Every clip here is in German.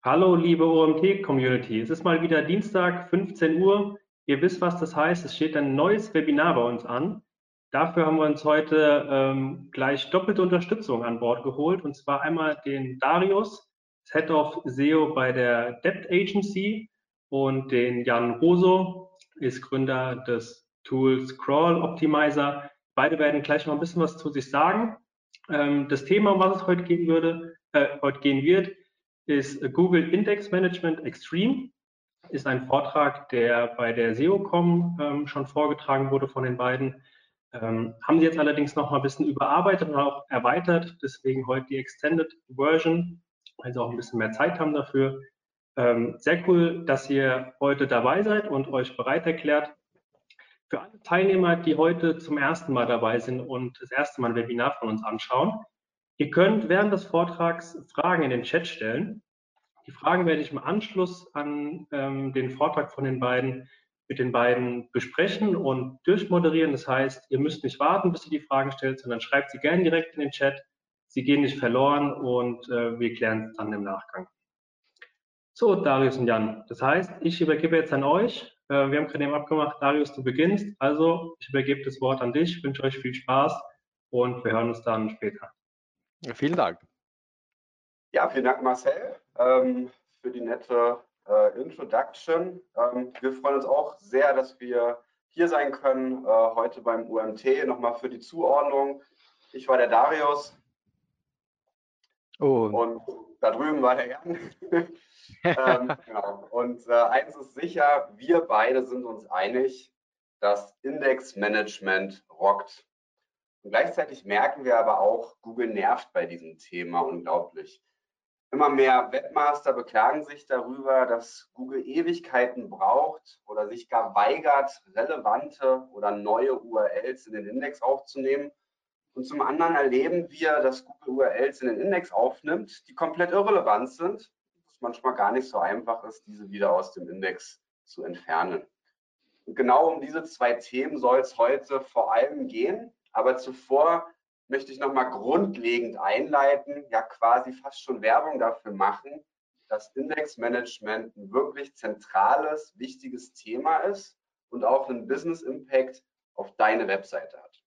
Hallo, liebe OMT-Community. Es ist mal wieder Dienstag, 15 Uhr. Ihr wisst, was das heißt. Es steht ein neues Webinar bei uns an. Dafür haben wir uns heute gleich doppelte Unterstützung an Bord geholt. Und zwar einmal den Darius, Head of SEO bei der Debt Agency, und den Jan Roso, ist Gründer des Tools Crawl Optimizer. Beide werden gleich noch ein bisschen was zu sich sagen. Das Thema, um was es heute gehen wird, ist Google Index Management Extreme. Ist ein Vortrag, der bei der SEOCom schon vorgetragen wurde von den beiden. Haben sie jetzt allerdings noch mal ein bisschen überarbeitet und auch erweitert, deswegen heute die Extended Version, weil sie auch ein bisschen mehr Zeit haben dafür. Sehr cool, dass ihr heute dabei seid und euch bereit erklärt. Für alle Teilnehmer, die heute zum ersten Mal dabei sind und das erste Mal ein Webinar von uns anschauen, ihr könnt während des Vortrags Fragen in den Chat stellen. Die Fragen werde ich im Anschluss an den Vortrag von den beiden mit den beiden besprechen und durchmoderieren. Das heißt, ihr müsst nicht warten, bis ihr die Fragen stellt, sondern schreibt sie gerne direkt in den Chat. Sie gehen nicht verloren und wir klären es dann im Nachgang. So, Darius und Jan, das heißt, ich übergebe jetzt an euch. Wir haben gerade eben abgemacht, Darius, du beginnst. Also, ich übergebe das Wort an dich, wünsche euch viel Spaß und wir hören uns dann später. Ja, vielen Dank. Ja, vielen Dank, Marcel, für die nette Introduction. Wir freuen uns auch sehr, dass wir hier sein können, heute beim UMT. Nochmal für die Zuordnung. Ich war der Darius und da drüben war der Jan. Genau. Und eins ist sicher, wir beide sind uns einig, das Indexmanagement rockt. Und gleichzeitig merken wir aber auch, Google nervt bei diesem Thema unglaublich. Immer mehr Webmaster beklagen sich darüber, dass Google Ewigkeiten braucht oder sich gar weigert, relevante oder neue URLs in den Index aufzunehmen. Und zum anderen erleben wir, dass Google URLs in den Index aufnimmt, die komplett irrelevant sind, dass manchmal gar nicht so einfach ist, diese wieder aus dem Index zu entfernen. Und genau um diese zwei Themen soll es heute vor allem gehen. Aber zuvor möchte ich nochmal grundlegend einleiten, ja quasi fast schon Werbung dafür machen, dass Indexmanagement ein wirklich zentrales, wichtiges Thema ist und auch einen Business Impact auf deine Webseite hat.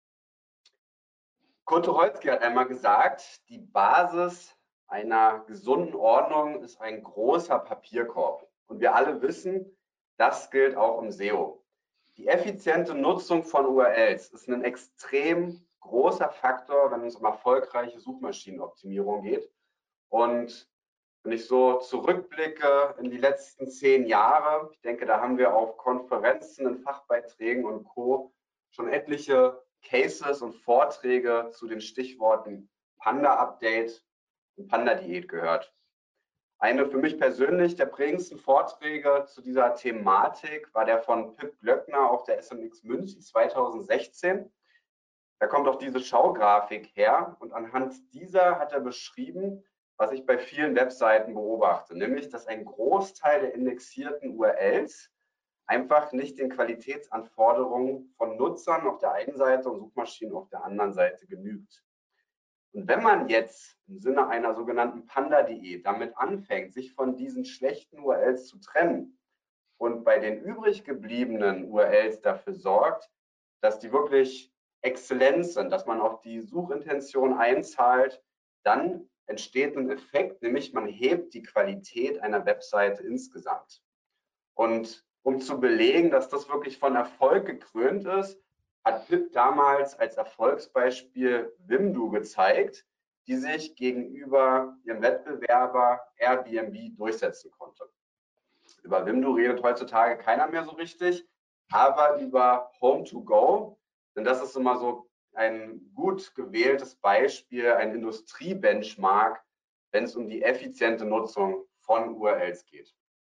Kurt Tucholsky hat einmal gesagt, die Basis einer gesunden Ordnung ist ein großer Papierkorb. Und wir alle wissen, das gilt auch im SEO. Die effiziente Nutzung von URLs ist ein extrem großer Faktor, wenn es um erfolgreiche Suchmaschinenoptimierung geht. Und wenn ich so zurückblicke in die letzten 10 Jahre, ich denke, da haben wir auf Konferenzen, in Fachbeiträgen und Co. schon etliche Cases und Vorträge zu den Stichworten Panda-Update und Panda-Diät gehört. Eine für mich persönlich der prägendsten Vorträge zu dieser Thematik war der von Pip Glöckner auf der SMX München 2016. Da kommt auch diese Schaugrafik her und anhand dieser hat er beschrieben, was ich bei vielen Webseiten beobachte, nämlich, dass ein Großteil der indexierten URLs einfach nicht den Qualitätsanforderungen von Nutzern auf der einen Seite und Suchmaschinen auf der anderen Seite genügt. Und wenn man jetzt im Sinne einer sogenannten Panda-Diät damit anfängt, sich von diesen schlechten URLs zu trennen und bei den übrig gebliebenen URLs dafür sorgt, dass die wirklich exzellent sind, dass man auf die Suchintention einzahlt, dann entsteht ein Effekt, nämlich man hebt die Qualität einer Webseite insgesamt. Und um zu belegen, dass das wirklich von Erfolg gekrönt ist, hat Pip damals als Erfolgsbeispiel Wimdu gezeigt, die sich gegenüber ihrem Wettbewerber Airbnb durchsetzen konnte. Über Wimdu redet heutzutage keiner mehr so richtig, aber über Home2Go, denn das ist immer so ein gut gewähltes Beispiel, ein Industriebenchmark, wenn es um die effiziente Nutzung von URLs geht.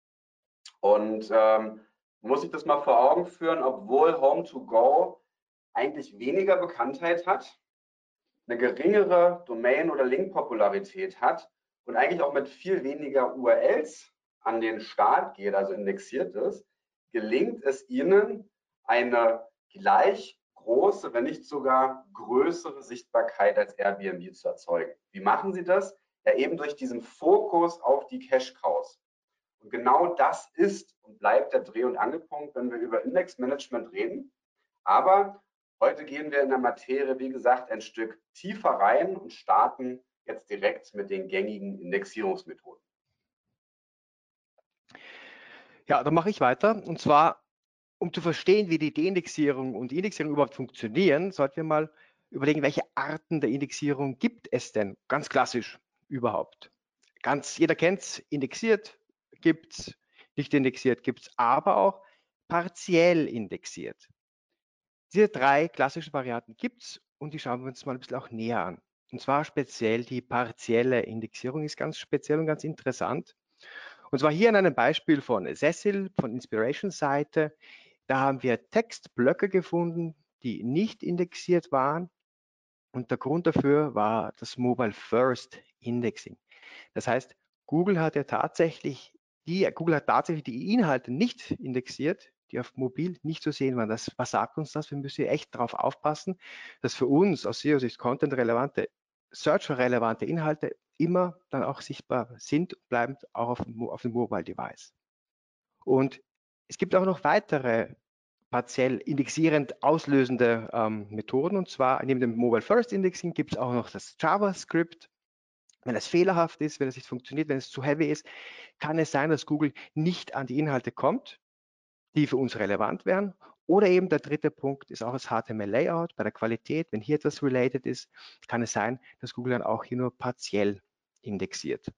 Und muss ich das mal vor Augen führen, obwohl Home2Go eigentlich weniger Bekanntheit hat, eine geringere Domain- oder Link-Popularität hat und eigentlich auch mit viel weniger URLs an den Start geht, also indexiert ist, gelingt es ihnen, eine gleich große, wenn nicht sogar größere Sichtbarkeit als Airbnb zu erzeugen. Wie machen sie das? Ja, eben durch diesen Fokus auf die Cash-Cows. Und genau das ist und bleibt der Dreh- und Angelpunkt, wenn wir über Indexmanagement reden. Aber heute gehen wir in der Materie, wie gesagt, ein Stück tiefer rein und starten jetzt direkt mit den gängigen Indexierungsmethoden. Ja, dann mache ich weiter. Und zwar, um zu verstehen, wie die Deindexierung und die Indexierung überhaupt funktionieren, sollten wir mal überlegen, welche Arten der Indexierung gibt es denn ganz klassisch überhaupt. Jeder kennt es, indexiert gibt es, nicht indexiert gibt es, aber auch partiell indexiert. Diese drei klassischen Varianten gibt es und die schauen wir uns mal ein bisschen auch näher an. Und zwar speziell die partielle Indexierung ist ganz speziell und ganz interessant. Und zwar hier an einem Beispiel von Cecil, von Inspiration-Seite. Da haben wir Textblöcke gefunden, die nicht indexiert waren. Und der Grund dafür war das Mobile First Indexing. Das heißt, Google hat tatsächlich die Inhalte nicht indexiert, die auf mobil nicht zu sehen waren. Was sagt uns das? Wir müssen hier echt darauf aufpassen, dass für uns aus SEO-Sicht Content-relevante, Search-relevante Inhalte immer dann auch sichtbar sind und bleiben, auch auf dem Mobile Device. Und es gibt auch noch weitere partiell indexierend auslösende Methoden. Und zwar neben dem Mobile First Indexing gibt es auch noch das JavaScript. Wenn es fehlerhaft ist, wenn es nicht funktioniert, wenn es zu heavy ist, kann es sein, dass Google nicht an die Inhalte kommt, die für uns relevant wären. Oder eben der dritte Punkt ist auch das HTML-Layout bei der Qualität. Wenn hier etwas related ist, kann es sein, dass Google dann auch hier nur partiell indexiert.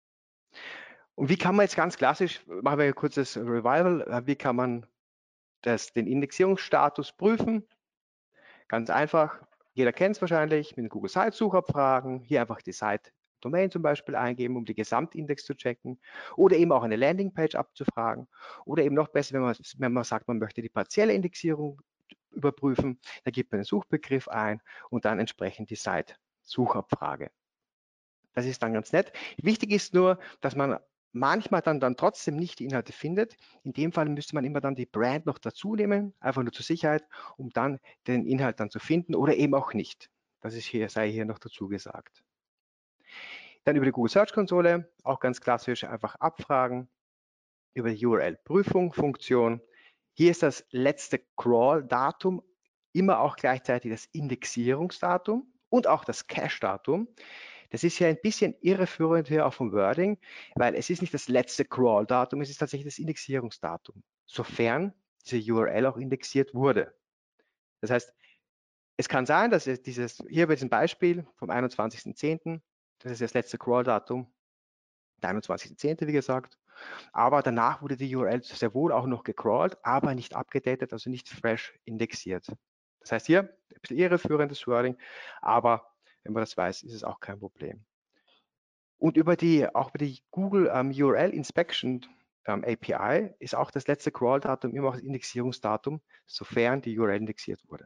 Und wie kann man jetzt ganz klassisch, machen wir ein kurzes Revival, wie kann man den Indexierungsstatus prüfen? Ganz einfach, jeder kennt es wahrscheinlich, mit den Google Sites Suchabfragen, hier einfach die Site Domain zum Beispiel eingeben, um die Gesamtindex zu checken oder eben auch eine Landingpage abzufragen oder eben noch besser, wenn man sagt, man möchte die partielle Indexierung überprüfen, da gibt man den Suchbegriff ein und dann entsprechend die Site Suchabfrage. Das ist dann ganz nett. Wichtig ist nur, dass man manchmal dann trotzdem nicht die Inhalte findet. In dem Fall müsste man immer dann die Brand noch dazu nehmen, einfach nur zur Sicherheit, um dann den Inhalt dann zu finden oder eben auch nicht. Das ist sei hier noch dazu gesagt. Dann über die Google Search Konsole, auch ganz klassisch, einfach abfragen über die URL-Prüfung-Funktion. Hier ist das letzte Crawl-Datum immer auch gleichzeitig das Indexierungsdatum und auch das Cache-Datum. Das ist ja ein bisschen irreführend hier auch vom Wording, weil es ist nicht das letzte Crawl-Datum, es ist tatsächlich das Indexierungsdatum, sofern diese URL auch indexiert wurde. Das heißt, es kann sein, dass es hier bei diesem Beispiel vom 21.10., das ist das letzte Crawl-Datum, der 21.10., wie gesagt, aber danach wurde die URL sehr wohl auch noch gecrawlt, aber nicht abgedatet, also nicht fresh indexiert. Das heißt hier ein bisschen irreführendes Wording, aber wenn man das weiß, ist es auch kein Problem. Und auch über die Google URL Inspection API ist auch das letzte Crawl-Datum immer auch das Indexierungsdatum, sofern die URL indexiert wurde.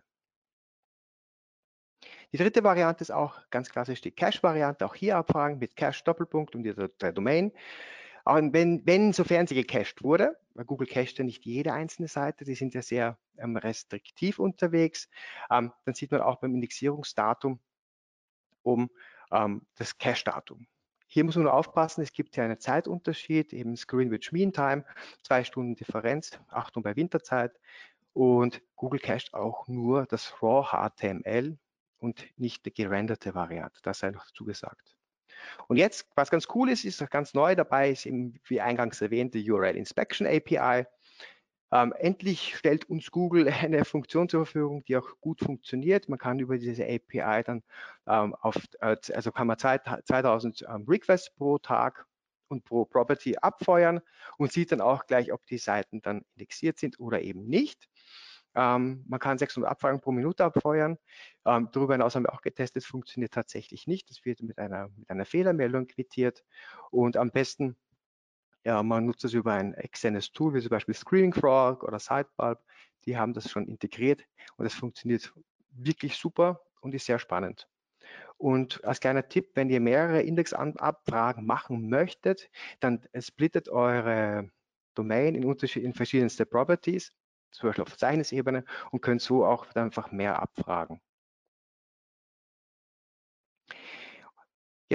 Die dritte Variante ist auch ganz klassisch die Cache-Variante, auch hier abfragen mit Cache-Doppelpunkt und der Domain. Auch sofern sie gecached wurde, weil Google cached ja nicht jede einzelne Seite, die sind ja sehr restriktiv unterwegs, dann sieht man auch beim Indexierungsdatum das Cache-Datum. Hier muss man nur aufpassen, es gibt ja einen Zeitunterschied, eben Greenwich Mean Time, 2 Stunden Differenz, Achtung bei Winterzeit. Und Google cached auch nur das Raw HTML und nicht die gerenderte Variante. Das sei noch dazu gesagt. Und jetzt, was ganz cool ist auch ganz neu dabei, ist eben, wie eingangs erwähnt, die URL Inspection API. Endlich stellt uns Google eine Funktion zur Verfügung, die auch gut funktioniert. Man kann über diese API dann also kann man 2000 Requests pro Tag und pro Property abfeuern und sieht dann auch gleich, ob die Seiten dann indexiert sind oder eben nicht. Man kann 600 Abfragen pro Minute abfeuern. Darüber hinaus haben wir auch getestet, funktioniert tatsächlich nicht. Das wird mit einer Fehlermeldung quittiert und am besten ja, man nutzt das über ein externes Tool, wie zum Beispiel Screaming Frog oder Sitebulb. Die haben das schon integriert und es funktioniert wirklich super und ist sehr spannend. Und als kleiner Tipp, wenn ihr mehrere Indexabfragen machen möchtet, dann splittet eure Domain in verschiedenste Properties, zum Beispiel auf Verzeichnisebene, und könnt so auch einfach mehr abfragen. Jetzt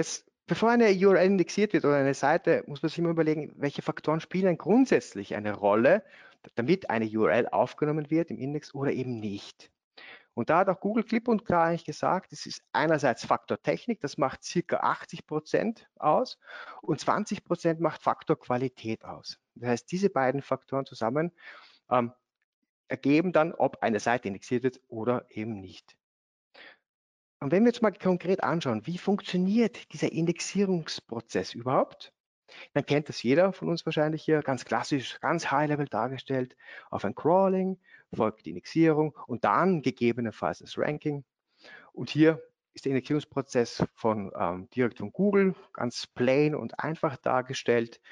Bevor eine URL indexiert wird oder eine Seite, muss man sich immer überlegen, welche Faktoren spielen grundsätzlich eine Rolle, damit eine URL aufgenommen wird im Index oder eben nicht. Und da hat auch Google klipp und klar eigentlich gesagt, es ist einerseits Faktor Technik, das macht circa 80% aus und 20% macht Faktor Qualität aus. Das heißt, diese beiden Faktoren zusammen ergeben dann, ob eine Seite indexiert wird oder eben nicht. Und wenn wir jetzt mal konkret anschauen, wie funktioniert dieser Indexierungsprozess überhaupt, dann kennt das jeder von uns wahrscheinlich hier, ganz klassisch, ganz High-Level dargestellt. Auf ein Crawling folgt die Indexierung und dann gegebenenfalls das Ranking. Und hier ist der Indexierungsprozess direkt von Google ganz plain und einfach dargestellt.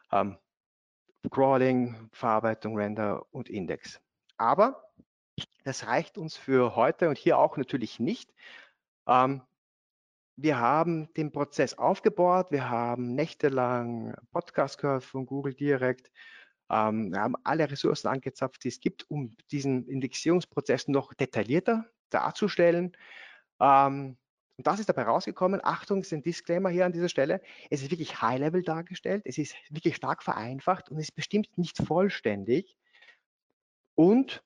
Crawling, Verarbeitung, Render und Index. Aber das reicht uns für heute und hier auch natürlich nicht. Wir haben den Prozess aufgebaut, wir haben nächtelang Podcast gehört von Google direkt, wir haben alle Ressourcen angezapft, die es gibt, um diesen Indexierungsprozess noch detaillierter darzustellen. Und das ist dabei rausgekommen. Achtung, ist ein Disclaimer hier an dieser Stelle. Es ist wirklich High-Level dargestellt, es ist wirklich stark vereinfacht und es ist bestimmt nicht vollständig. Und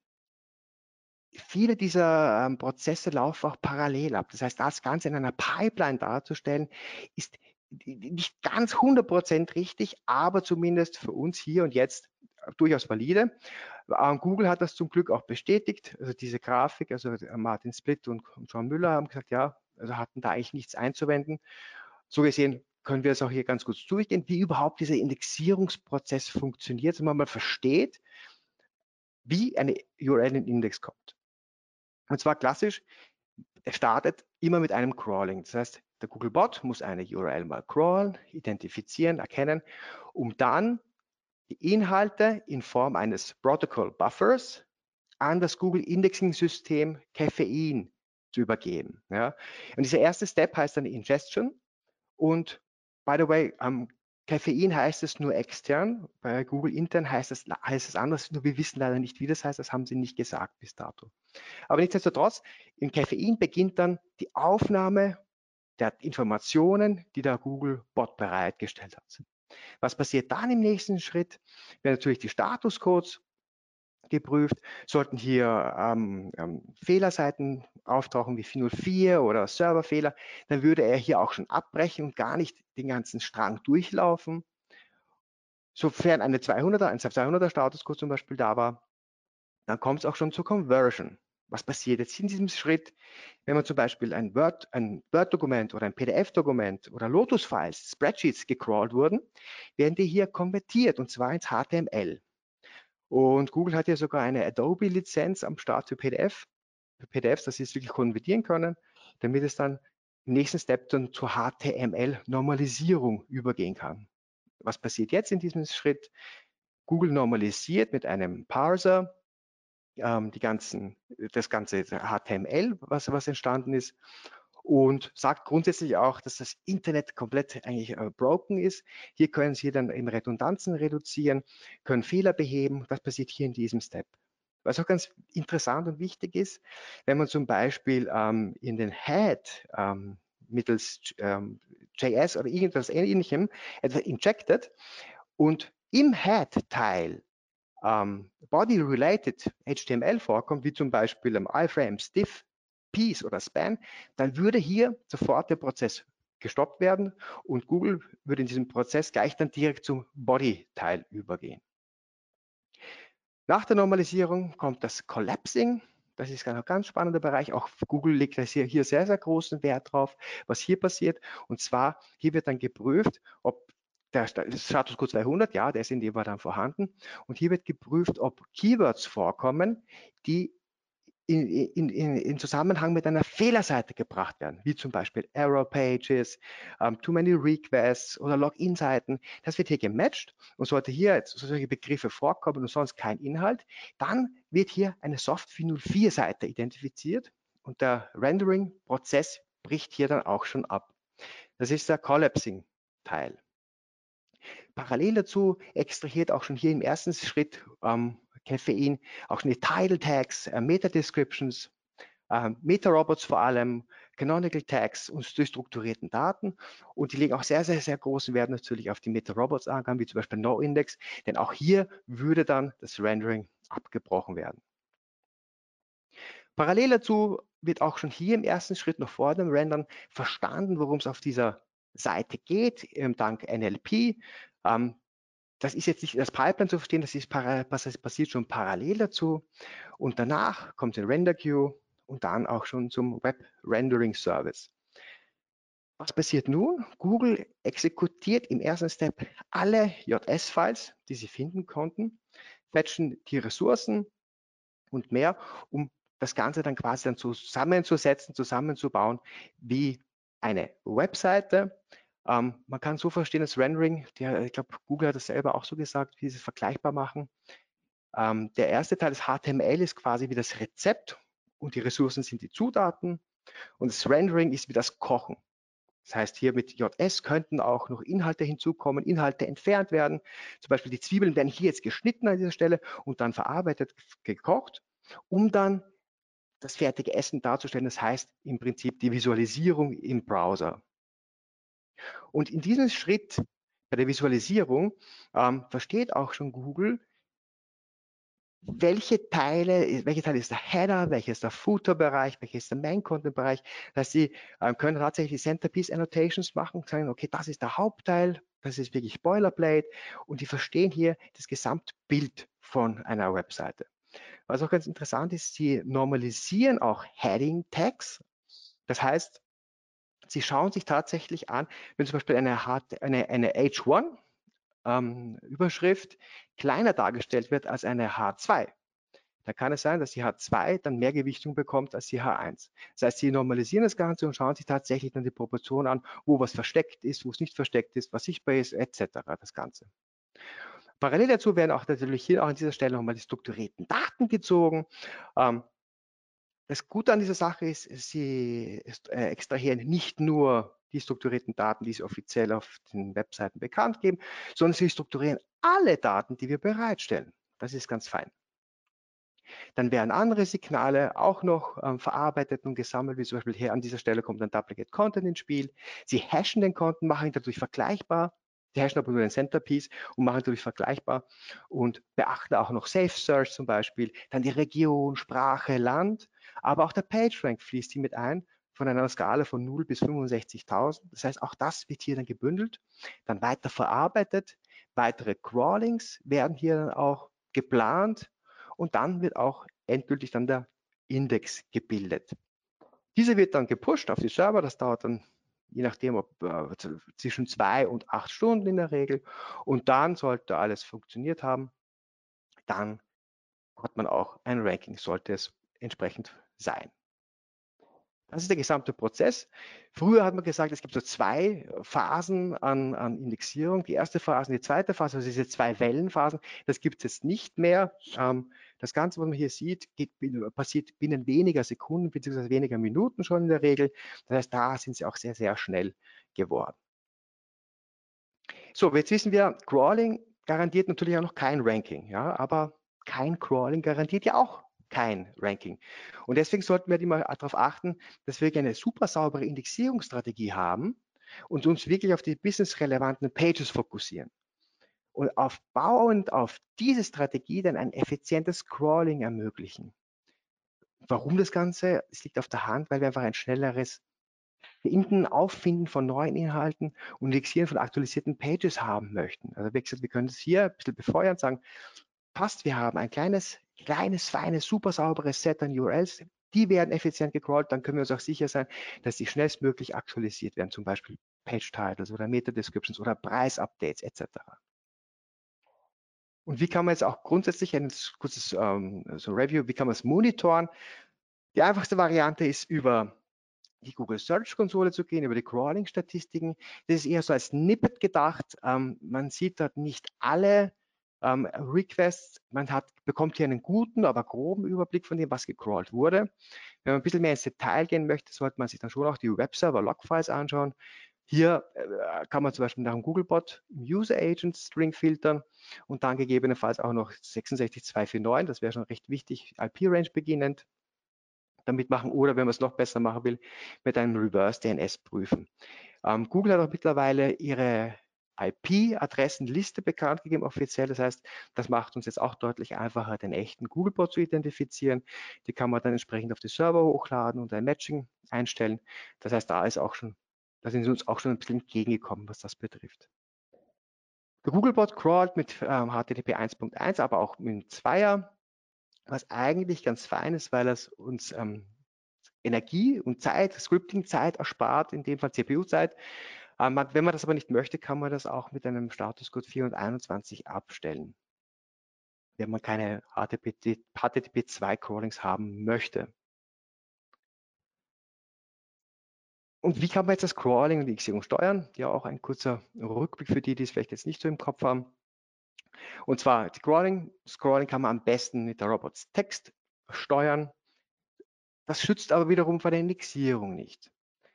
viele dieser Prozesse laufen auch parallel ab. Das heißt, das Ganze in einer Pipeline darzustellen, ist nicht ganz 100% richtig, aber zumindest für uns hier und jetzt durchaus valide. Google hat das zum Glück auch bestätigt. Also diese Grafik, also Martin Splitt und John Müller haben gesagt, ja, also hatten da eigentlich nichts einzuwenden. So gesehen können wir es auch hier ganz gut durchgehen, wie überhaupt dieser Indexierungsprozess funktioniert, dass man mal versteht, wie eine URL in den Index kommt. Und zwar klassisch, er startet immer mit einem Crawling. Das heißt, der Googlebot muss eine URL mal crawlen, identifizieren, erkennen, um dann die Inhalte in Form eines Protocol Buffers an das Google Indexing System Caffeine zu übergeben. Ja. Und dieser erste Step heißt dann Ingestion. Und by the way, Caffeine heißt es nur extern, bei Google intern heißt es anders, nur wir wissen leider nicht, wie das heißt, das haben sie nicht gesagt bis dato. Aber nichtsdestotrotz, im Caffeine beginnt dann die Aufnahme der Informationen, die der Google-Bot bereitgestellt hat. Was passiert dann im nächsten Schritt? Werden natürlich die Statuscodes geprüft. Sollten hier Fehlerseiten auftauchen wie 404 oder Serverfehler, dann würde er hier auch schon abbrechen und gar nicht den ganzen Strang durchlaufen. Sofern ein 200er Statuscode zum Beispiel da war, dann kommt es auch schon zur Conversion. Was passiert jetzt in diesem Schritt, wenn man zum Beispiel ein Word-Dokument oder ein PDF-Dokument oder Lotus-Files, Spreadsheets gecrawlt wurden, werden die hier konvertiert und zwar ins HTML. Und Google hat ja sogar eine Adobe-Lizenz am Start für PDFs, dass sie es wirklich konvertieren können, damit es dann im nächsten Step dann zur HTML-Normalisierung übergehen kann. Was passiert jetzt in diesem Schritt? Google normalisiert mit einem Parser das ganze HTML, was entstanden ist, und sagt grundsätzlich auch, dass das Internet komplett eigentlich broken ist. Hier können Sie dann eben Redundanzen reduzieren, können Fehler beheben. Das passiert hier in diesem Step. Was auch ganz interessant und wichtig ist, wenn man zum Beispiel in den Head mittels JS oder irgendwas Ähnlichem etwas injected und im Head-Teil Body-related HTML vorkommt, wie zum Beispiel im iframe, Stiff, Piece oder Span, dann würde hier sofort der Prozess gestoppt werden und Google würde in diesem Prozess gleich dann direkt zum Body-Teil übergehen. Nach der Normalisierung kommt das Collapsing. Das ist ein ganz spannender Bereich. Auch Google legt hier sehr, sehr großen Wert drauf, was hier passiert. Und zwar, hier wird dann geprüft, ob der Statuscode 200, ja, der ist in dem Fall dann vorhanden. Und hier wird geprüft, ob Keywords vorkommen, die in Zusammenhang mit einer Fehlerseite gebracht werden, wie zum Beispiel Error Pages, Too Many Requests oder Login-Seiten. Das wird hier gematcht und sollte hier jetzt solche Begriffe vorkommen und sonst kein Inhalt, dann wird hier eine Soft 404-Seite identifiziert und der Rendering-Prozess bricht hier dann auch schon ab. Das ist der Collapsing-Teil. Parallel dazu extrahiert auch schon hier im ersten Schritt Caffeine auch schon die Title Tags, Meta Descriptions, Meta Robots vor allem, Canonical Tags und durch strukturierten Daten. Und die legen auch sehr, sehr, sehr großen Wert natürlich auf die Meta-Robots-Angaben, wie zum Beispiel NoIndex, denn auch hier würde dann das Rendering abgebrochen werden. Parallel dazu wird auch schon hier im ersten Schritt noch vor dem Rendern verstanden, worum es auf dieser Seite geht, dank NLP. Das ist jetzt nicht das Pipeline zu verstehen, das passiert schon parallel dazu. Und danach kommt ein Render Queue und dann auch schon zum Web Rendering Service. Was passiert nun? Google exekutiert im ersten Step alle JS-Files, die sie finden konnten, fetchen die Ressourcen und mehr, um das Ganze dann quasi dann zusammenzusetzen, zusammenzubauen wie eine Webseite. Man kann so verstehen, das Rendering, ich glaube, Google hat das selber auch so gesagt, wie sie es vergleichbar machen. Der erste Teil des HTML ist quasi wie das Rezept und die Ressourcen sind die Zutaten und das Rendering ist wie das Kochen. Das heißt, hier mit JS könnten auch noch Inhalte hinzukommen, Inhalte entfernt werden. Zum Beispiel die Zwiebeln werden hier jetzt geschnitten an dieser Stelle und dann verarbeitet, gekocht, um dann das fertige Essen darzustellen. Das heißt im Prinzip die Visualisierung im Browser. Und in diesem Schritt bei der Visualisierung versteht auch schon Google, welche Teile ist der Header, welches ist der Footer-Bereich, welches ist der Main-Content-Bereich. Das heißt, Sie können tatsächlich Centerpiece-Annotations machen, sagen, okay, das ist der Hauptteil, das ist wirklich Boilerplate und die verstehen hier das Gesamtbild von einer Webseite. Was auch ganz interessant ist, sie normalisieren auch Heading-Tags. Das heißt, sie schauen sich tatsächlich an, wenn zum Beispiel eine H1 Überschrift kleiner dargestellt wird als eine H2. Da kann es sein, dass die H2 dann mehr Gewichtung bekommt als die H1. Das heißt, sie normalisieren das Ganze und schauen sich tatsächlich dann die Proportion an, wo was versteckt ist, wo es nicht versteckt ist, was sichtbar ist, etc. Das Ganze. Parallel dazu werden auch natürlich hier auch an dieser Stelle nochmal die strukturierten Daten gezogen. Das Gute an dieser Sache ist, sie extrahieren nicht nur die strukturierten Daten, die sie offiziell auf den Webseiten bekannt geben, sondern sie strukturieren alle Daten, die wir bereitstellen. Das ist ganz fein. Dann werden andere Signale auch noch verarbeitet und gesammelt, wie zum Beispiel hier an dieser Stelle kommt ein Duplicate Content ins Spiel. Sie hashen den Content, machen ihn dadurch vergleichbar. Sie hashen aber nur den Centerpiece und machen ihn dadurch vergleichbar und beachten auch noch Safe Search zum Beispiel, dann die Region, Sprache, Land, aber auch der PageRank fließt hier mit ein von einer Skala von 0 bis 65.000. Das heißt, auch das wird hier dann gebündelt, dann weiter verarbeitet. Weitere Crawlings werden hier dann auch geplant und dann wird auch endgültig dann der Index gebildet. Diese wird dann gepusht auf die Server, das dauert dann je nachdem, ob zwischen 2 und 8 Stunden in der Regel und dann sollte alles funktioniert haben, dann hat man auch ein Ranking, sollte es entsprechend sein. Das ist der gesamte Prozess. Früher hat man gesagt, es gibt so 2 Phasen an Indexierung. Die erste Phase und die zweite Phase, also diese 2 Wellenphasen, das gibt es jetzt nicht mehr. Das Ganze, was man hier sieht, passiert binnen weniger Sekunden bzw. weniger Minuten schon in der Regel. Das heißt, da sind sie auch sehr, sehr schnell geworden. So, jetzt wissen wir, Crawling garantiert natürlich auch noch kein Ranking, ja, aber kein Crawling garantiert ja auch kein Ranking. Und deswegen sollten wir immer darauf achten, dass wir eine super saubere Indexierungsstrategie haben und uns wirklich auf die businessrelevanten Pages fokussieren. Und aufbauend auf diese Strategie dann ein effizientes Scrolling ermöglichen. Warum das Ganze? Es liegt auf der Hand, weil wir einfach ein schnelleres Finden, Auffinden von neuen Inhalten und Indexieren von aktualisierten Pages haben möchten. Also wie gesagt, wir können es hier ein bisschen befeuern und sagen, passt, wir haben ein kleines, feines, super sauberes Set an URLs, die werden effizient gecrawlt, dann können wir uns auch sicher sein, dass die schnellstmöglich aktualisiert werden, zum Beispiel Page-Titles oder Meta-Descriptions oder Preis-Updates etc. Und wie kann man jetzt auch grundsätzlich ein kurzes so Review, wie kann man es monitoren? Die einfachste Variante ist über die Google Search Konsole zu gehen, über die Crawling-Statistiken. Das ist eher so als Snippet gedacht. Man sieht dort nicht alle Requests. Man bekommt hier einen guten, aber groben Überblick von dem, was gecrawlt wurde. Wenn man ein bisschen mehr ins Detail gehen möchte, sollte man sich dann schon auch die Webserver-Logfiles anschauen. Hier kann man zum Beispiel nach dem Googlebot im User Agent String filtern und dann gegebenenfalls auch noch 66249, das wäre schon recht wichtig, IP-Range beginnend. damit machen oder wenn man es noch besser machen will, mit einem Reverse DNS prüfen. Google hat auch mittlerweile ihre IP-Adressenliste bekannt gegeben, offiziell. Das heißt, das macht uns jetzt auch deutlich einfacher, den echten Googlebot zu identifizieren. Die kann man dann entsprechend auf die Server hochladen und ein Matching einstellen. Das heißt, da sind sie uns auch schon ein bisschen entgegengekommen, was das betrifft. Der Googlebot crawlt mit HTTP 1.1, aber auch mit 2er, was eigentlich ganz fein ist, weil es uns Energie und Zeit, Scripting-Zeit erspart, in dem Fall CPU-Zeit. Wenn man das aber nicht möchte, kann man das auch mit einem Statuscode 4 und 21 abstellen, wenn man keine HTTP2-Crawlings haben möchte. Und wie kann man jetzt das Crawling und die Indexierung steuern? Ja, auch ein kurzer Rückblick für die, die es vielleicht jetzt nicht so im Kopf haben. Und zwar das Crawling kann man am besten mit der Robots Text steuern. Das schützt aber wiederum vor der Indexierung nicht.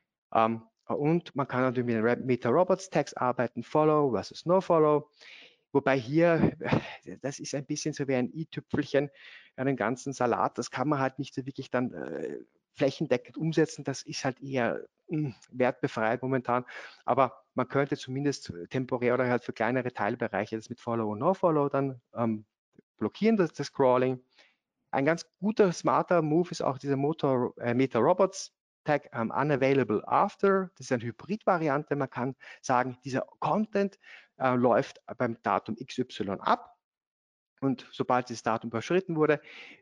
Und man kann natürlich mit der Robots Tags arbeiten, Follow versus No Follow. Wobei hier, das ist ein bisschen so wie ein i-Tüpfelchen an den ganzen Salat. Das kann man halt nicht so wirklich dann flächendeckend umsetzen. Das ist halt eher wertbefreit momentan. Aber man könnte zumindest temporär oder halt für kleinere Teilbereiche das mit Follow und No Follow dann blockieren, das Scrolling. Ein ganz guter, smarter Move ist auch dieser Meta Robots Tag Unavailable After. Das ist eine Hybrid-Variante. Man kann sagen, dieser Content läuft beim Datum XY ab und sobald dieses Datum überschritten wurde,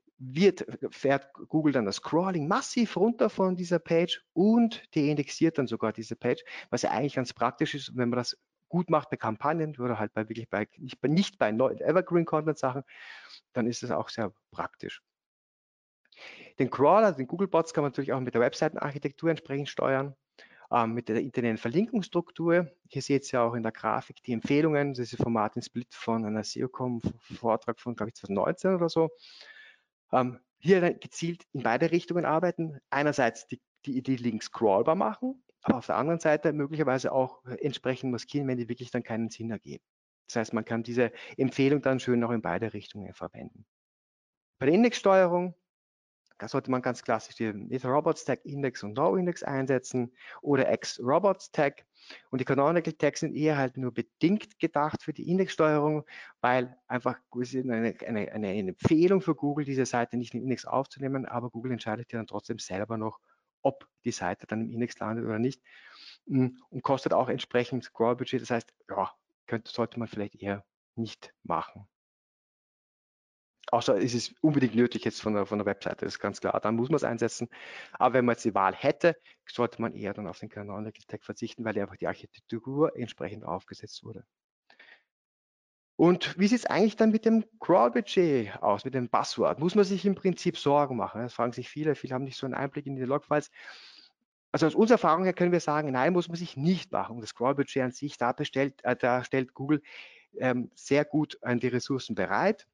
fährt Google dann das Scrolling massiv runter von dieser Page und deindexiert dann sogar diese Page, was ja eigentlich ganz praktisch ist. Und wenn man das gut macht bei Kampagnen oder halt nicht bei neuen Evergreen-Content-Sachen, dann ist das auch sehr praktisch. Den Crawler, den Googlebots, kann man natürlich auch mit der Webseitenarchitektur entsprechend steuern, mit der internen Verlinkungsstruktur. Hier seht ihr auch in der Grafik die Empfehlungen. Das ist von Martin Splitt von einer SEOCom-Vortrag von, glaube ich, 2019 oder so. Hier dann gezielt in beide Richtungen arbeiten. Einerseits die Links crawlbar machen, aber auf der anderen Seite möglicherweise auch entsprechend maskieren, wenn die wirklich dann keinen Sinn ergeben. Das heißt, man kann diese Empfehlung dann schön auch in beide Richtungen verwenden. Bei der Indexsteuerung, da sollte man ganz klassisch die Robots Tag Index und No Index einsetzen oder X Robots Tag. Und die Canonical Tags sind eher halt nur bedingt gedacht für die Indexsteuerung, weil einfach eine Empfehlung für Google, diese Seite nicht im Index aufzunehmen, aber Google entscheidet ja dann trotzdem selber noch, ob die Seite dann im Index landet oder nicht. Und kostet auch entsprechend Scrollbudget. Das heißt, ja, sollte man vielleicht eher nicht machen. Außer es ist unbedingt nötig jetzt von der Webseite, das ist ganz klar, dann muss man es einsetzen. Aber wenn man jetzt die Wahl hätte, sollte man eher dann auf den Canonical Tag verzichten, weil einfach die Architektur entsprechend aufgesetzt wurde. Und wie sieht es eigentlich dann mit dem Crawl-Budget aus, mit dem Buzzword? Muss man sich im Prinzip Sorgen machen? Das fragen sich viele haben nicht so einen Einblick in die Logfiles. Also aus unserer Erfahrung her können wir sagen, nein, muss man sich nicht machen. Das Crawl-Budget an sich, da stellt Google sehr gut die Ressourcen bereit.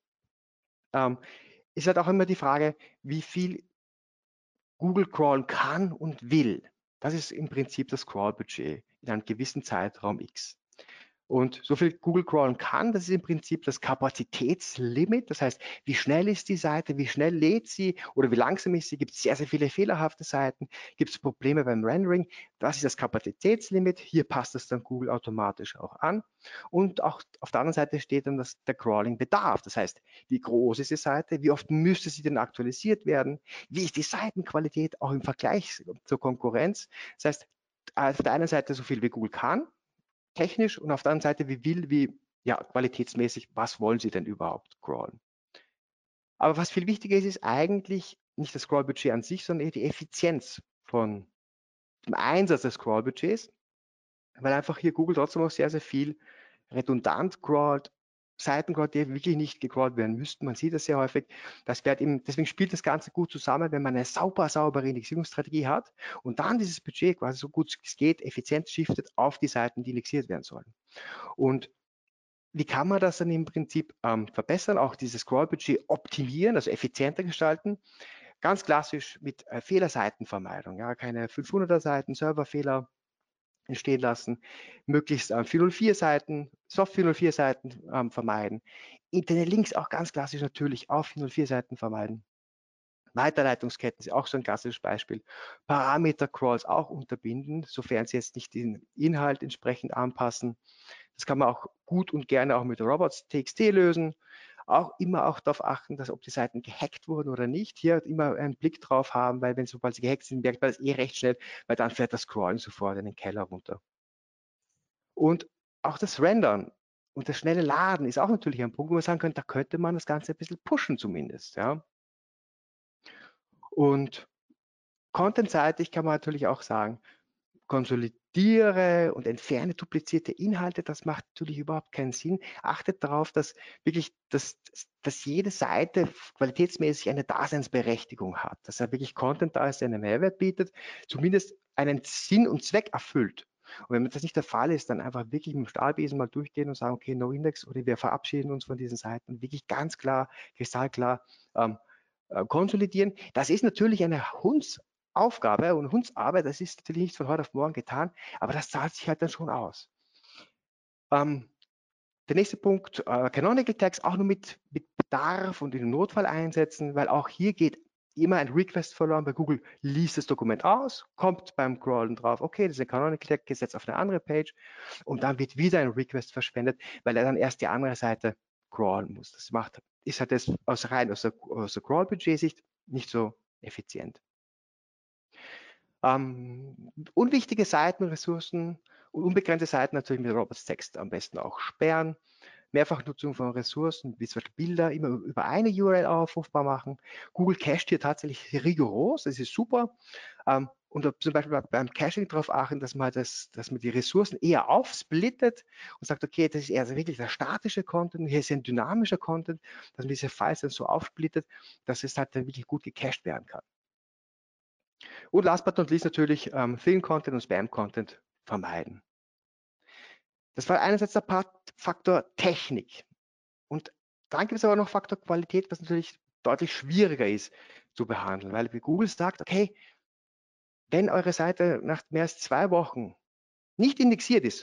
Ist halt auch immer die Frage, wie viel Google crawlen kann und will. Das ist im Prinzip das Crawl-Budget in einem gewissen Zeitraum X. Und so viel Google crawlen kann, das ist im Prinzip das Kapazitätslimit. Das heißt, wie schnell ist die Seite, wie schnell lädt sie oder wie langsam ist sie? Gibt es sehr, sehr viele fehlerhafte Seiten? Gibt es Probleme beim Rendering? Das ist das Kapazitätslimit. Hier passt es dann Google automatisch auch an. Und auch auf der anderen Seite steht dann der Crawling-Bedarf. Das heißt, wie groß ist die Seite? Wie oft müsste sie denn aktualisiert werden? Wie ist die Seitenqualität auch im Vergleich zur Konkurrenz? Das heißt, auf der einen Seite so viel wie Google kann, technisch, und auf der anderen Seite, wie qualitätsmäßig, was wollen Sie denn überhaupt crawlen? Aber was viel wichtiger ist, ist eigentlich nicht das Crawl-Budget an sich, sondern eher die Effizienz von dem Einsatz des Crawl-Budgets, weil einfach hier Google trotzdem auch sehr, sehr viel redundant crawlt, Seiten crawlt, die wirklich nicht gecrawlt werden müssten. Man sieht das sehr häufig. Deswegen spielt das Ganze gut zusammen, wenn man eine saubere Indexierungsstrategie hat und dann dieses Budget quasi so gut es geht, effizient shiftet auf die Seiten, die indexiert werden sollen. Und wie kann man das dann im Prinzip verbessern? Auch dieses Scroll-Budget optimieren, also effizienter gestalten. Ganz klassisch mit Fehlerseitenvermeidung. Ja, keine 500er Seiten, Serverfehler entstehen lassen, möglichst 404 Seiten, Soft 404 Seiten vermeiden. Interne Links auch ganz klassisch natürlich auf 404 Seiten vermeiden. Weiterleitungsketten ist auch so ein klassisches Beispiel. Parameter-Crawls auch unterbinden, sofern sie jetzt nicht den Inhalt entsprechend anpassen. Das kann man auch gut und gerne auch mit robots.txt lösen. Auch immer auch darauf achten, dass ob die Seiten gehackt wurden oder nicht. Hier immer einen Blick drauf haben, weil wenn sobald sie gehackt sind, merkt man das recht schnell, weil dann fährt das Scrollen sofort in den Keller runter. Und auch das Rendern und das schnelle Laden ist auch natürlich ein Punkt, wo man sagen könnte, da könnte man das Ganze ein bisschen pushen zumindest. Ja. Und contentseitig kann man natürlich auch sagen, konsolidiere und entferne duplizierte Inhalte, das macht natürlich überhaupt keinen Sinn. Achtet darauf, dass wirklich, dass jede Seite qualitätsmäßig eine Daseinsberechtigung hat, dass er wirklich Content da ist, der einen Mehrwert bietet, zumindest einen Sinn und Zweck erfüllt. Und wenn das nicht der Fall ist, dann einfach wirklich mit dem Stahlbesen mal durchgehen und sagen, okay, no Index oder wir verabschieden uns von diesen Seiten, wirklich ganz klar, kristallklar konsolidieren. Das ist natürlich eine Aufgabe und Hundsarbeit, das ist natürlich nicht von heute auf morgen getan, aber das zahlt sich halt dann schon aus. Der nächste Punkt, Canonical Tags auch nur mit Bedarf und im Notfall einsetzen, weil auch hier geht immer ein Request verloren. Bei Google liest das Dokument aus, kommt beim Crawlen drauf, okay, das ist ein Canonical Tag, gesetzt auf eine andere Page und dann wird wieder ein Request verschwendet, weil er dann erst die andere Seite crawlen muss. Das ist halt das aus der Crawl-Budget-Sicht nicht so effizient. Unwichtige Seiten, Ressourcen und unbegrenzte Seiten natürlich mit robots.txt am besten auch sperren. Mehrfachnutzung von Ressourcen, wie zum Beispiel Bilder, immer über eine URL aufrufbar machen. Google cached hier tatsächlich rigoros, das ist super. Und zum Beispiel beim Caching darauf achten, dass man die Ressourcen eher aufsplittet und sagt, okay, das ist eher wirklich der statische Content, hier ist ein dynamischer Content, dass man diese Files dann so aufsplittet, dass es halt dann wirklich gut gecached werden kann. Und last but not least natürlich Thin-Content und Spam-Content vermeiden. Das war einerseits der Faktor Technik. Und dann gibt es aber noch Faktor Qualität, was natürlich deutlich schwieriger ist zu behandeln, weil Google sagt, okay, wenn eure Seite nach mehr als 2 Wochen nicht indexiert ist,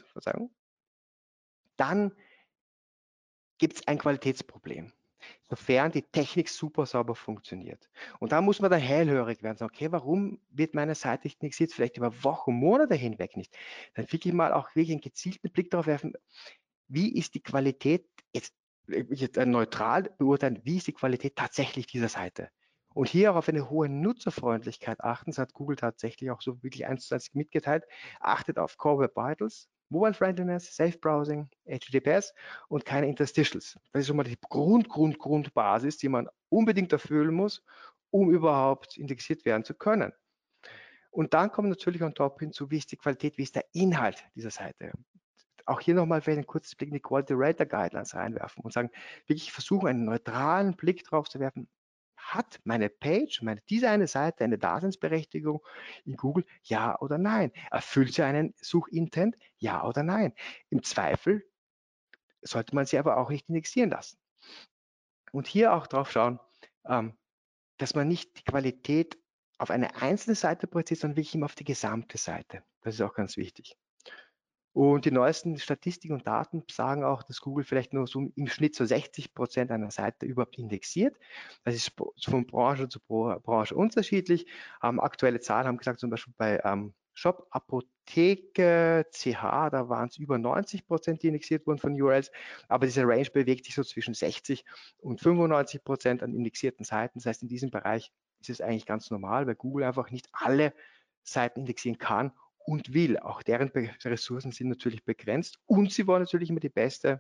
dann gibt es ein Qualitätsproblem, sofern die Technik super sauber funktioniert. Und da muss man dann hellhörig werden, sagen, okay, warum wird meine Seite nicht indexiert, vielleicht über Wochen, Monate hinweg nicht? Dann wirklich mal auch wirklich einen gezielten Blick darauf werfen, wie ist die Qualität, jetzt neutral beurteilen, wie ist die Qualität tatsächlich dieser Seite? Und hier auch auf eine hohe Nutzerfreundlichkeit achten, das hat Google tatsächlich auch so wirklich 1:1 mitgeteilt, achtet auf Core Web Vitals, Mobile Friendliness, Safe Browsing, HTTPS und keine Interstitials. Das ist schon mal die Grundbasis, die man unbedingt erfüllen muss, um überhaupt indexiert werden zu können. Und dann kommt natürlich on top hinzu, wie ist die Qualität, wie ist der Inhalt dieser Seite. Auch hier nochmal vielleicht einen kurzen Blick in die Quality Rater Guidelines reinwerfen und sagen, wirklich versuchen, einen neutralen Blick drauf zu werfen. Hat meine Page, diese eine Seite eine Daseinsberechtigung in Google? Ja oder nein? Erfüllt sie einen Suchintent? Ja oder nein? Im Zweifel sollte man sie aber auch nicht indexieren lassen. Und hier auch drauf schauen, dass man nicht die Qualität auf eine einzelne Seite projiziert, sondern wirklich immer auf die gesamte Seite. Das ist auch ganz wichtig. Und die neuesten Statistiken und Daten sagen auch, dass Google vielleicht nur so im Schnitt so 60% einer Seite überhaupt indexiert. Das ist von Branche zu Branche unterschiedlich. Aktuelle Zahlen haben gesagt, zum Beispiel bei Shop Apotheke CH, da waren es über 90%, die indexiert wurden von URLs. Aber diese Range bewegt sich so zwischen 60 und 95% an indexierten Seiten. Das heißt, in diesem Bereich ist es eigentlich ganz normal, weil Google einfach nicht alle Seiten indexieren kann und will. Auch deren Ressourcen sind natürlich begrenzt und sie wollen natürlich immer die beste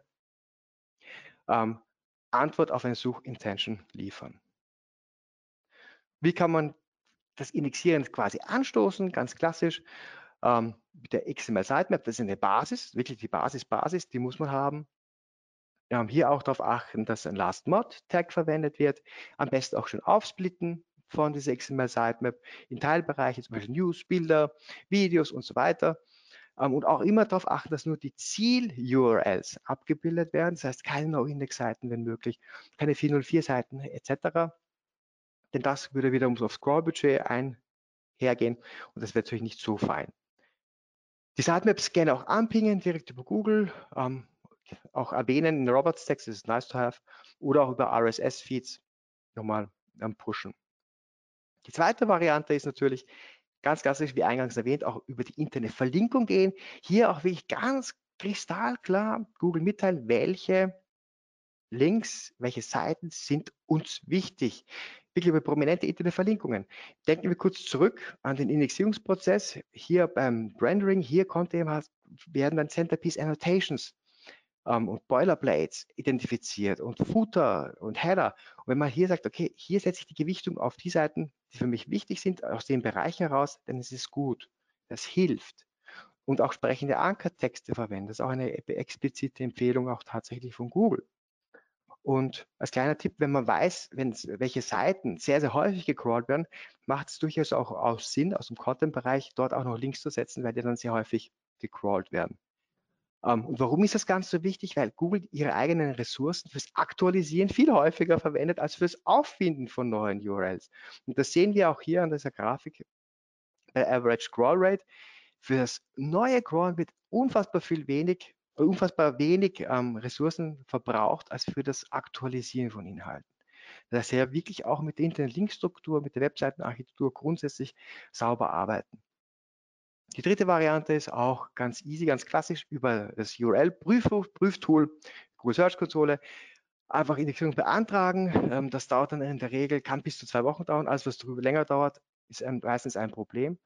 Antwort auf eine Suchintention liefern. Wie kann man das Indexieren quasi anstoßen? Ganz klassisch mit der XML Sitemap, das ist eine Basis, wirklich die Basis, die muss man haben. Wir haben hier auch darauf achten, dass ein Last-Mod-Tag verwendet wird, am besten auch schon aufsplitten von dieser XML Sitemap in Teilbereiche, zum Beispiel News, Bilder, Videos und so weiter. Und auch immer darauf achten, dass nur die Ziel-URLs abgebildet werden. Das heißt, keine No-Index-Seiten, wenn möglich, keine 404-Seiten etc. Denn das würde wiederum aufs Scroll-Budget einhergehen und das wäre natürlich nicht so fein. Die Sitemaps gerne auch anpingen, direkt über Google, auch erwähnen in robots.txt, das ist nice to have, oder auch über RSS-Feeds nochmal pushen. Die zweite Variante ist natürlich ganz klassisch, wie eingangs erwähnt, auch über die interne Verlinkung gehen. Hier auch wirklich ganz kristallklar Google mitteilen, welche Links, welche Seiten sind uns wichtig. Wirklich über prominente interne Verlinkungen. Denken wir kurz zurück an den Indexierungsprozess. Hier beim Rendering, hier werden dann Centerpiece Annotations und Boilerplates identifiziert und Footer und Header. Und wenn man hier sagt, okay, hier setze ich die Gewichtung auf die Seiten, die für mich wichtig sind, aus dem Bereich heraus, dann ist es gut. Das hilft. Und auch sprechende Ankertexte verwenden. Das ist auch eine explizite Empfehlung auch tatsächlich von Google. Und als kleiner Tipp, wenn man weiß, welche Seiten sehr, sehr häufig gecrawlt werden, macht es durchaus auch Sinn, aus dem Content-Bereich dort auch noch Links zu setzen, weil die dann sehr häufig gecrawlt werden. Und warum ist das Ganze so wichtig? Weil Google ihre eigenen Ressourcen fürs Aktualisieren viel häufiger verwendet als fürs Auffinden von neuen URLs. Und das sehen wir auch hier an dieser Grafik bei Average Crawl Rate. Für das neue Crawlen wird unfassbar wenig Ressourcen verbraucht als für das Aktualisieren von Inhalten. Das heißt ja wirklich auch mit der internen Linkstruktur, mit der Webseitenarchitektur grundsätzlich sauber arbeiten. Die dritte Variante ist auch ganz easy, ganz klassisch über das URL-Prüftool, Google Search Konsole, einfach Indexierung beantragen. Das dauert dann in der Regel, kann bis zu 2 Wochen dauern. Alles, was darüber länger dauert, ist meistens ein Problem.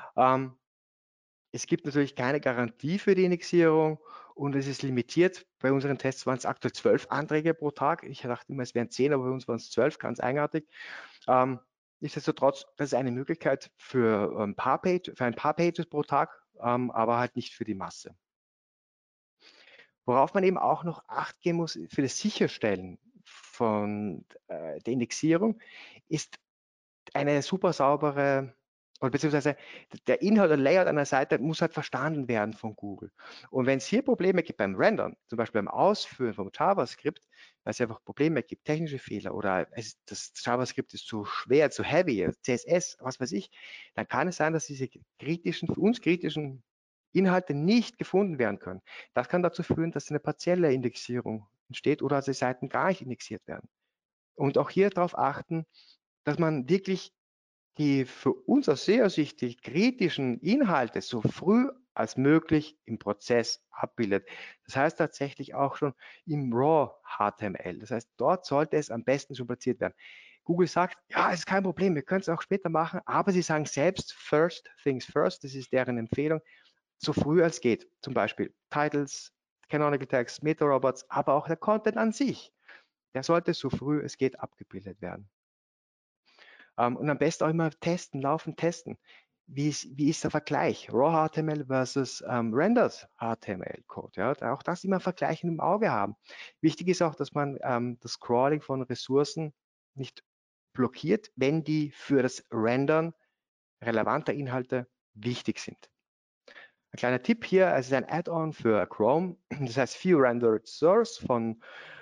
Es gibt natürlich keine Garantie für die Indexierung und es ist limitiert. Bei unseren Tests waren es aktuell 12 Anträge pro Tag. Ich dachte immer, es wären 10, aber bei uns waren es 12, ganz eigenartig. Nichtsdestotrotz, das ist eine Möglichkeit für ein paar Pages pro Tag, aber halt nicht für die Masse. Worauf man eben auch noch Acht geben muss für das Sicherstellen von der Indexierung, ist eine super saubere, oder beziehungsweise der Inhalt oder Layout einer Seite muss halt verstanden werden von Google. Und wenn es hier Probleme gibt beim Rendern, zum Beispiel beim Ausführen vom JavaScript, weil es einfach Probleme gibt, technische Fehler oder das JavaScript ist zu schwer, zu heavy, CSS, was weiß ich, dann kann es sein, dass diese für uns kritischen Inhalte nicht gefunden werden können. Das kann dazu führen, dass eine partielle Indexierung entsteht oder dass die Seiten gar nicht indexiert werden. Und auch hier darauf achten, dass man wirklich die für uns aus SEO-Sicht die kritischen Inhalte so früh als möglich im Prozess abbildet. Das heißt tatsächlich auch schon im Raw HTML. Das heißt, dort sollte es am besten schon platziert werden. Google sagt, ja, es ist kein Problem, wir können es auch später machen, aber sie sagen selbst, first things first, das ist deren Empfehlung, so früh als geht. Zum Beispiel Titles, Canonical Tags, Meta-Robots, aber auch der Content an sich. Der sollte so früh es geht abgebildet werden. Und am besten auch immer testen, laufend testen. Wie ist der Vergleich? Raw HTML versus Rendered HTML-Code. Ja? Auch das immer vergleichen im Auge haben. Wichtig ist auch, dass man das Scrolling von Ressourcen nicht blockiert, wenn die für das Rendern relevanter Inhalte wichtig sind. Ein kleiner Tipp hier, es ist ein Add-on für Chrome, das heißt View Rendered Source von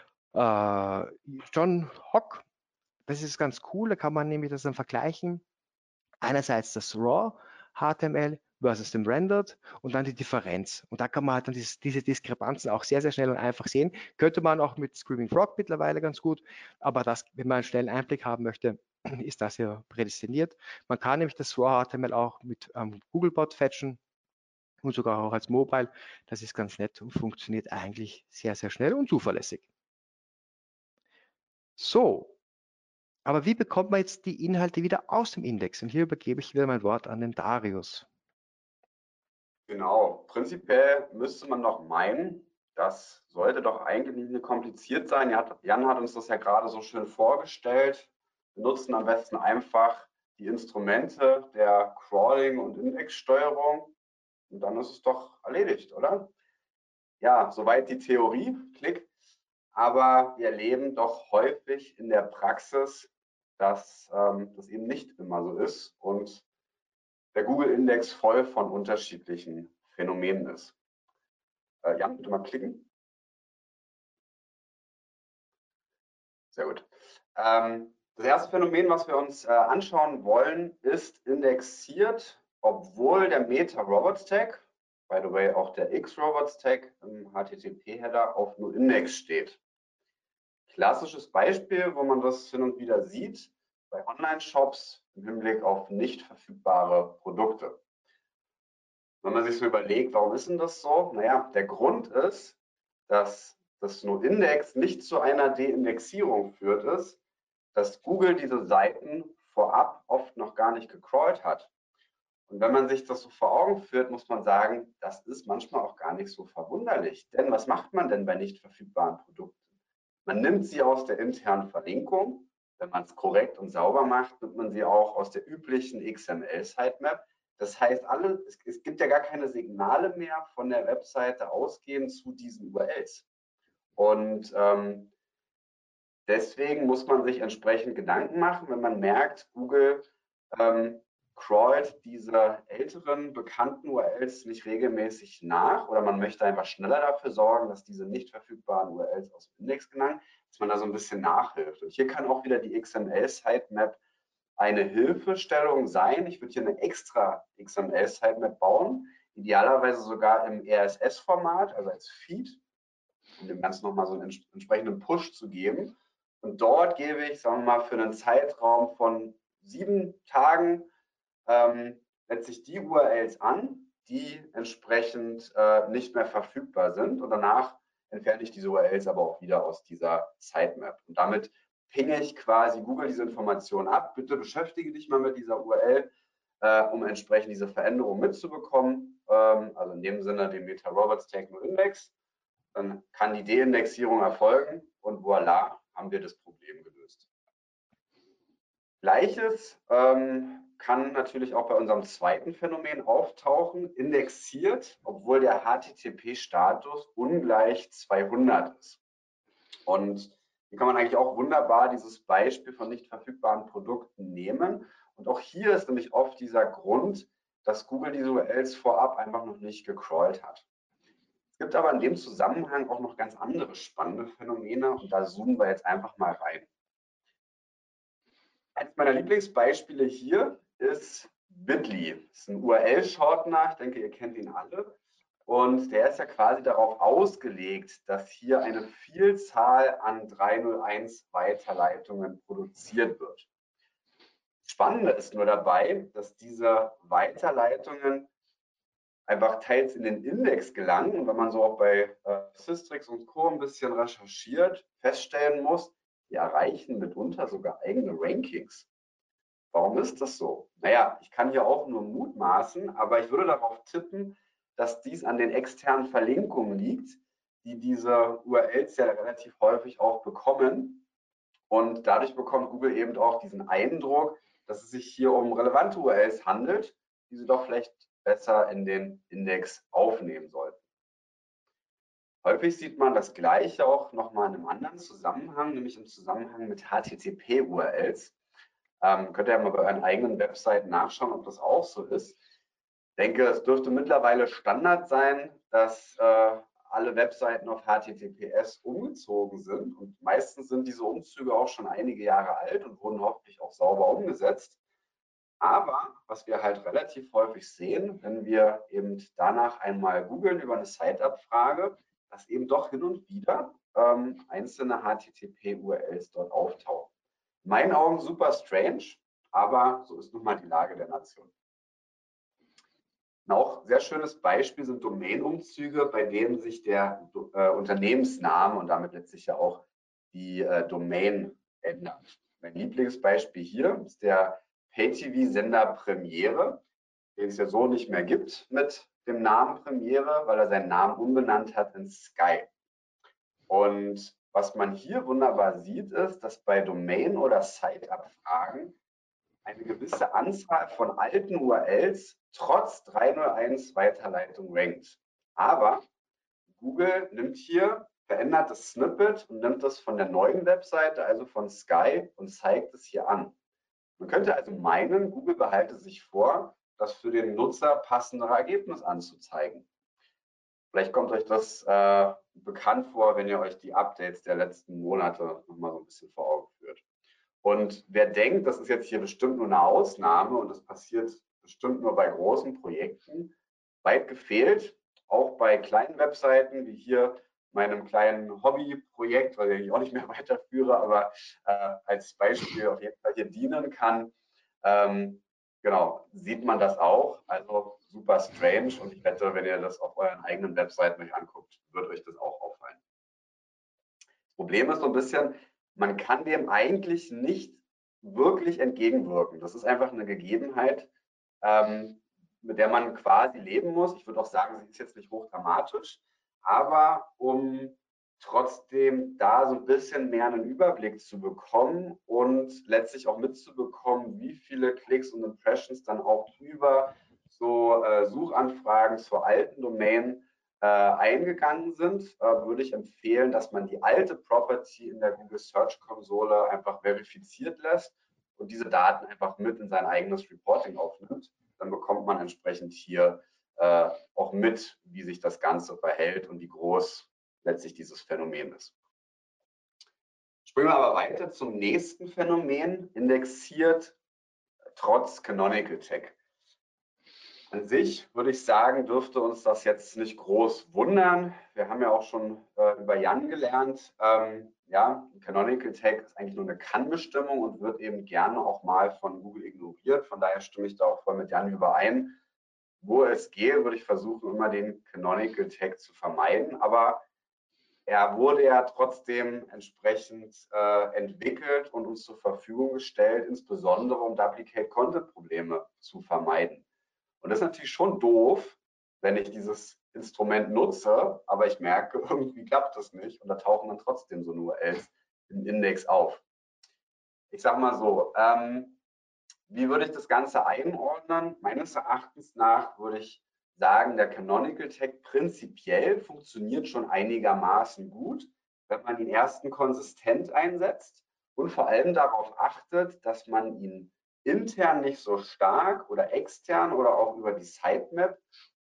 John Hock. Das ist ganz cool, da kann man nämlich das dann vergleichen. Einerseits das Raw HTML versus dem Rendered und dann die Differenz. Und da kann man halt dann diese Diskrepanzen auch sehr, sehr schnell und einfach sehen. Könnte man auch mit Screaming Frog mittlerweile ganz gut, aber das, wenn man einen schnellen Einblick haben möchte, ist das hier prädestiniert. Man kann nämlich das Raw HTML auch mit Googlebot fetchen und sogar auch als Mobile. Das ist ganz nett und funktioniert eigentlich sehr, sehr schnell und zuverlässig. So, aber wie bekommt man jetzt die Inhalte wieder aus dem Index? Und hier übergebe ich wieder mein Wort an den Darius. Genau, prinzipiell müsste man doch meinen, das sollte doch eigentlich nicht kompliziert sein. Jan hat uns das ja gerade so schön vorgestellt. Wir nutzen am besten einfach die Instrumente der Crawling- und Indexsteuerung und dann ist es doch erledigt, oder? Ja, soweit die Theorie, Klick. Aber wir erleben doch häufig in der Praxis, dass das eben nicht immer so ist und der Google-Index voll von unterschiedlichen Phänomenen ist. Jan, bitte mal klicken. Sehr gut. Das erste Phänomen, was wir uns anschauen wollen, ist indexiert, obwohl der Meta-Robots-Tag, by the way auch der X-Robots-Tag im HTTP-Header auf NoIndex steht. Klassisches Beispiel, wo man das hin und wieder sieht, bei Online-Shops im Hinblick auf nicht verfügbare Produkte. Wenn man sich so überlegt, warum ist denn das so? Naja, der Grund ist, dass das NoIndex nicht zu einer Deindexierung führt, ist, dass Google diese Seiten vorab oft noch gar nicht gecrawlt hat. Und wenn man sich das so vor Augen führt, muss man sagen, das ist manchmal auch gar nicht so verwunderlich. Denn was macht man denn bei nicht verfügbaren Produkten? Man nimmt sie aus der internen Verlinkung. Wenn man es korrekt und sauber macht, nimmt man sie auch aus der üblichen XML-Sitemap. Das heißt, es gibt ja gar keine Signale mehr von der Webseite ausgehend zu diesen URLs. Und deswegen muss man sich entsprechend Gedanken machen, wenn man merkt, Google crawlt diese älteren bekannten URLs nicht regelmäßig nach oder man möchte einfach schneller dafür sorgen, dass diese nicht verfügbaren URLs aus dem Index gelangen, dass man da so ein bisschen nachhilft. Und hier kann auch wieder die XML-Sitemap eine Hilfestellung sein. Ich würde hier eine extra XML-Sitemap bauen, idealerweise sogar im RSS-Format, also als Feed, um dem Ganzen nochmal so einen entsprechenden Push zu geben. Und dort gebe ich, sagen wir mal, für einen Zeitraum von 7 Tagen letztlich die URLs an, die entsprechend nicht mehr verfügbar sind. Und danach entferne ich diese URLs aber auch wieder aus dieser Sitemap. Und damit pinge ich quasi Google diese Information ab. Bitte beschäftige dich mal mit dieser URL, um entsprechend diese Veränderung mitzubekommen. Also in dem Sinne den Meta-Robots-Tag NoIndex. Dann kann die Deindexierung erfolgen und voilà, haben wir das Problem gelöst. Gleiches kann natürlich auch bei unserem zweiten Phänomen auftauchen, indexiert, obwohl der HTTP-Status ungleich 200 ist. Und hier kann man eigentlich auch wunderbar dieses Beispiel von nicht verfügbaren Produkten nehmen. Und auch hier ist nämlich oft dieser Grund, dass Google diese URLs vorab einfach noch nicht gecrawlt hat. Es gibt aber in dem Zusammenhang auch noch ganz andere spannende Phänomene und da zoomen wir jetzt einfach mal rein. Eines meiner Lieblingsbeispiele hier ist Bitly. Das ist ein URL-Shortener, ich denke, ihr kennt ihn alle. Und der ist ja quasi darauf ausgelegt, dass hier eine Vielzahl an 301 Weiterleitungen produziert wird. Das Spannende ist nur dabei, dass diese Weiterleitungen einfach teils in den Index gelangen. Und wenn man so auch bei Systrix und Co. ein bisschen recherchiert, feststellen muss, die erreichen mitunter sogar eigene Rankings. Warum ist das so? Naja, ich kann hier auch nur mutmaßen, aber ich würde darauf tippen, dass dies an den externen Verlinkungen liegt, die diese URLs ja relativ häufig auch bekommen. Und dadurch bekommt Google eben auch diesen Eindruck, dass es sich hier um relevante URLs handelt, die sie doch vielleicht besser in den Index aufnehmen sollten. Häufig sieht man das Gleiche auch nochmal in einem anderen Zusammenhang, nämlich im Zusammenhang mit HTTP-URLs. Könnt ihr ja mal bei euren eigenen Webseiten nachschauen, ob das auch so ist. Ich denke, es dürfte mittlerweile Standard sein, dass alle Webseiten auf HTTPS umgezogen sind. Und meistens sind diese Umzüge auch schon einige Jahre alt und wurden hoffentlich auch sauber umgesetzt. Aber was wir halt relativ häufig sehen, wenn wir eben danach einmal googeln über eine Site-Abfrage, dass eben doch hin und wieder einzelne HTTP-URLs dort auftauchen. In meinen Augen super strange, aber so ist nun mal die Lage der Nation. Ein auch sehr schönes Beispiel sind Domain-Umzüge, bei denen sich der Unternehmensname und damit letztlich ja auch die Domain ändert. Mein Lieblingsbeispiel hier ist der Pay-TV-Sender Premiere, den es ja so nicht mehr gibt mit dem Namen Premiere, weil er seinen Namen umbenannt hat in Sky. Und was man hier wunderbar sieht, ist, dass bei Domain- oder Site-Abfragen eine gewisse Anzahl von alten URLs trotz 301 Weiterleitung rankt. Aber Google nimmt hier, verändert das Snippet und nimmt das von der neuen Webseite, also von Sky, und zeigt es hier an. Man könnte also meinen, Google behalte sich vor, das für den Nutzer passendere Ergebnis anzuzeigen. Vielleicht kommt euch das bekannt vor, wenn ihr euch die Updates der letzten Monate nochmal so ein bisschen vor Augen führt. Und wer denkt, das ist jetzt hier bestimmt nur eine Ausnahme und das passiert bestimmt nur bei großen Projekten, weit gefehlt. Auch bei kleinen Webseiten wie hier meinem kleinen Hobbyprojekt, was ich auch nicht mehr weiterführe, aber als Beispiel auf jeden Fall hier dienen kann. Genau, sieht man das auch. Also super strange und ich wette, wenn ihr das auf euren eigenen Webseiten euch anguckt, wird euch das auch auffallen. Das Problem ist so ein bisschen, man kann dem eigentlich nicht wirklich entgegenwirken. Das ist einfach eine Gegebenheit, mit der man quasi leben muss. Ich würde auch sagen, sie ist jetzt nicht hochdramatisch, aber um trotzdem da so ein bisschen mehr einen Überblick zu bekommen und letztlich auch mitzubekommen, wie viele Klicks und Impressions dann auch über so Suchanfragen zur alten Domain eingegangen sind, würde ich empfehlen, dass man die alte Property in der Google Search Konsole einfach verifiziert lässt und diese Daten einfach mit in sein eigenes Reporting aufnimmt. Dann bekommt man entsprechend hier auch mit, wie sich das Ganze verhält und wie groß letztlich dieses Phänomen ist. Springen wir aber weiter zum nächsten Phänomen, indexiert trotz Canonical Tag. An sich würde ich sagen, dürfte uns das jetzt nicht groß wundern. Wir haben ja auch schon über Jan gelernt. Ja, Canonical Tag ist eigentlich nur eine Kann-Bestimmung und wird eben gerne auch mal von Google ignoriert. Von daher stimme ich da auch voll mit Jan überein. Wo es geht, würde ich versuchen, immer den Canonical Tag zu vermeiden. Aber er wurde ja trotzdem entsprechend entwickelt und uns zur Verfügung gestellt, insbesondere um Duplicate-Content-Probleme zu vermeiden. Und das ist natürlich schon doof, wenn ich dieses Instrument nutze, aber ich merke, irgendwie klappt das nicht und da tauchen dann trotzdem so nur URLs im Index auf. Ich sage mal so, wie würde ich das Ganze einordnen? Meines Erachtens nach würde ich sagen, der Canonical Tag prinzipiell funktioniert schon einigermaßen gut, wenn man ihn erst konsistent einsetzt und vor allem darauf achtet, dass man ihn intern nicht so stark oder extern oder auch über die Sitemap,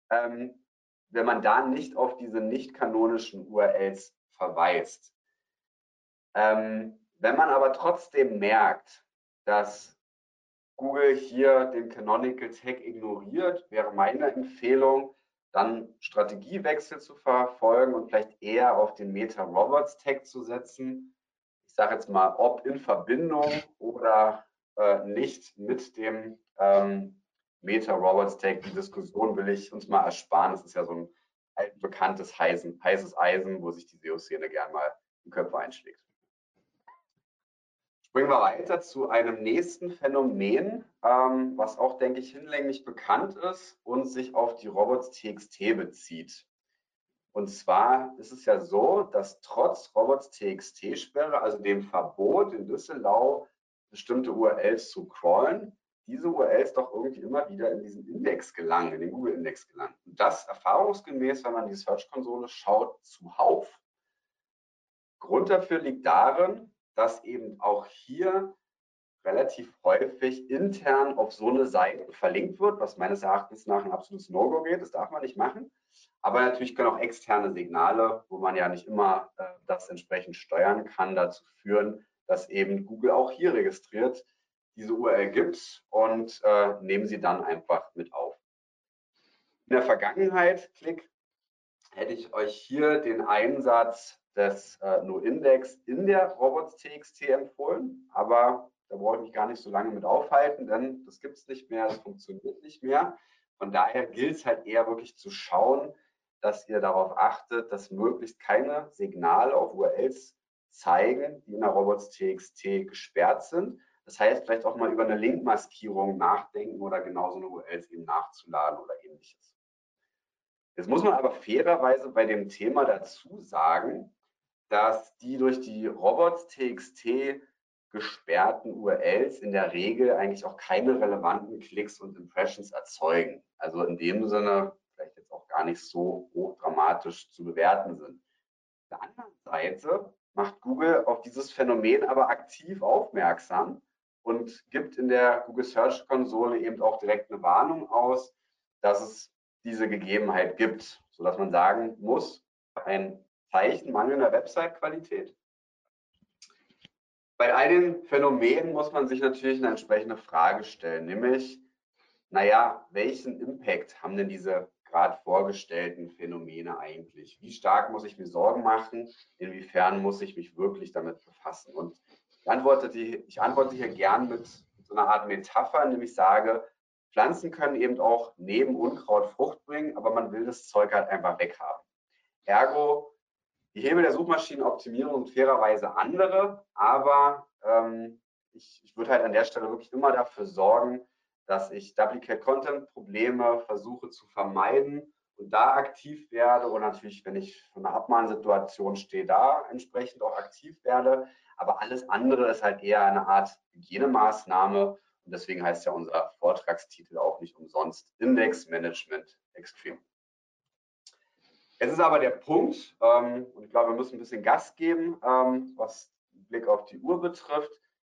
wenn man da nicht auf diese nicht kanonischen URLs verweist. Wenn man aber trotzdem merkt, dass Google hier den Canonical Tag ignoriert, wäre meine Empfehlung, dann Strategiewechsel zu verfolgen und vielleicht eher auf den Meta-Robots Tag zu setzen. Ich sage jetzt mal, ob in Verbindung oder nicht mit dem Meta-Robots Tag. Die Diskussion will ich uns mal ersparen. Das ist ja so ein altbekanntes heißes Eisen, wo sich die SEO-Szene gern mal die Köpfe einschlägt. Springen wir weiter zu einem nächsten Phänomen, was auch, denke ich, hinlänglich bekannt ist und sich auf die Robots.txt bezieht. Und zwar ist es ja so, dass trotz Robots.txt-Sperre, also dem Verbot in Düsseldorf, bestimmte URLs zu crawlen, diese URLs doch irgendwie immer wieder in diesen Index gelangen, in den Google-Index gelangen. Und das erfahrungsgemäß, wenn man die Search-Konsole schaut, zuhauf. Grund dafür liegt darin, dass eben auch hier relativ häufig intern auf so eine Seite verlinkt wird, was meines Erachtens nach ein absolutes No-Go geht. Das darf man nicht machen. Aber natürlich können auch externe Signale, wo man ja nicht immer das entsprechend steuern kann, dazu führen, dass eben Google auch hier registriert, diese URL gibt und nehmen sie dann einfach mit auf. In der Vergangenheit, hätte ich euch hier den Einsatz des NoIndex in der Robots.txt empfohlen, aber da brauche ich mich gar nicht so lange mit aufhalten, denn das gibt es nicht mehr, das funktioniert nicht mehr. Von daher gilt es halt eher wirklich zu schauen, dass ihr darauf achtet, dass möglichst keine Signale auf URLs zeigen, die in der Robots.txt gesperrt sind. Das heißt, vielleicht auch mal über eine Linkmaskierung nachdenken oder genauso eine URLs eben nachzuladen oder ähnliches. Jetzt muss man aber fairerweise bei dem Thema dazu sagen, dass die durch die Robots.txt gesperrten URLs in der Regel eigentlich auch keine relevanten Klicks und Impressions erzeugen. Also in dem Sinne vielleicht jetzt auch gar nicht so hochdramatisch zu bewerten sind. Auf der anderen Seite macht Google auf dieses Phänomen aber aktiv aufmerksam und gibt in der Google Search Konsole eben auch direkt eine Warnung aus, dass es diese Gegebenheit gibt, sodass man sagen muss, ein Zeichen mangelnder Website-Qualität. Bei all den Phänomenen muss man sich natürlich eine entsprechende Frage stellen, nämlich, naja, welchen Impact haben denn diese gerade vorgestellten Phänomene eigentlich? Wie stark muss ich mir Sorgen machen? Inwiefern muss ich mich wirklich damit befassen? Und ich antworte hier gern mit so einer Art Metapher, nämlich sage, Pflanzen können eben auch neben Unkraut Frucht bringen, aber man will das Zeug halt einfach weghaben. Ergo, die Hebel der Suchmaschinenoptimierung sind fairerweise andere, aber ich würde halt an der Stelle wirklich immer dafür sorgen, dass ich Duplicate Content Probleme versuche zu vermeiden und da aktiv werde und natürlich, wenn ich vor einer Abmahnsituation stehe, da entsprechend auch aktiv werde. Aber alles andere ist halt eher eine Art Hygienemaßnahme und deswegen heißt ja unser Vortragstitel auch nicht umsonst Index Management Extreme. Jetzt ist aber der Punkt, und ich glaube, wir müssen ein bisschen Gas geben, was den Blick auf die Uhr betrifft.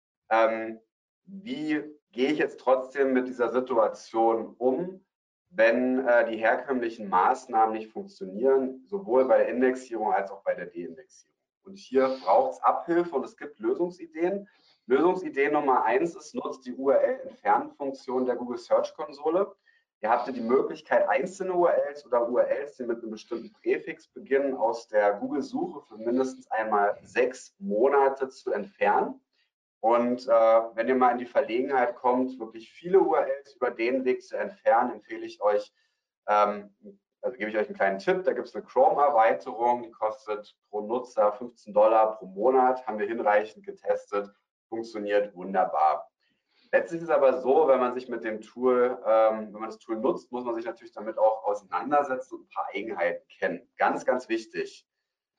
Wie gehe ich jetzt trotzdem mit dieser Situation um, wenn die herkömmlichen Maßnahmen nicht funktionieren, sowohl bei der Indexierung als auch bei der Deindexierung? Und hier braucht es Abhilfe und es gibt Lösungsideen. Lösungsidee Nummer 1 ist, nutzt die URL-Entfernen-Funktion der Google Search Konsole. Ihr habt die Möglichkeit, einzelne URLs oder URLs, die mit einem bestimmten Präfix beginnen, aus der Google-Suche für mindestens einmal 6 Monate zu entfernen. Und wenn ihr mal in die Verlegenheit kommt, wirklich viele URLs über den Weg zu entfernen, empfehle ich euch, also gebe ich euch einen kleinen Tipp, da gibt es eine Chrome-Erweiterung, die kostet pro Nutzer $15 pro Monat, haben wir hinreichend getestet, funktioniert wunderbar. Letztlich ist es aber so, wenn man sich mit dem Tool, wenn man das Tool nutzt, muss man sich natürlich damit auch auseinandersetzen und ein paar Eigenheiten kennen. Ganz, ganz wichtig.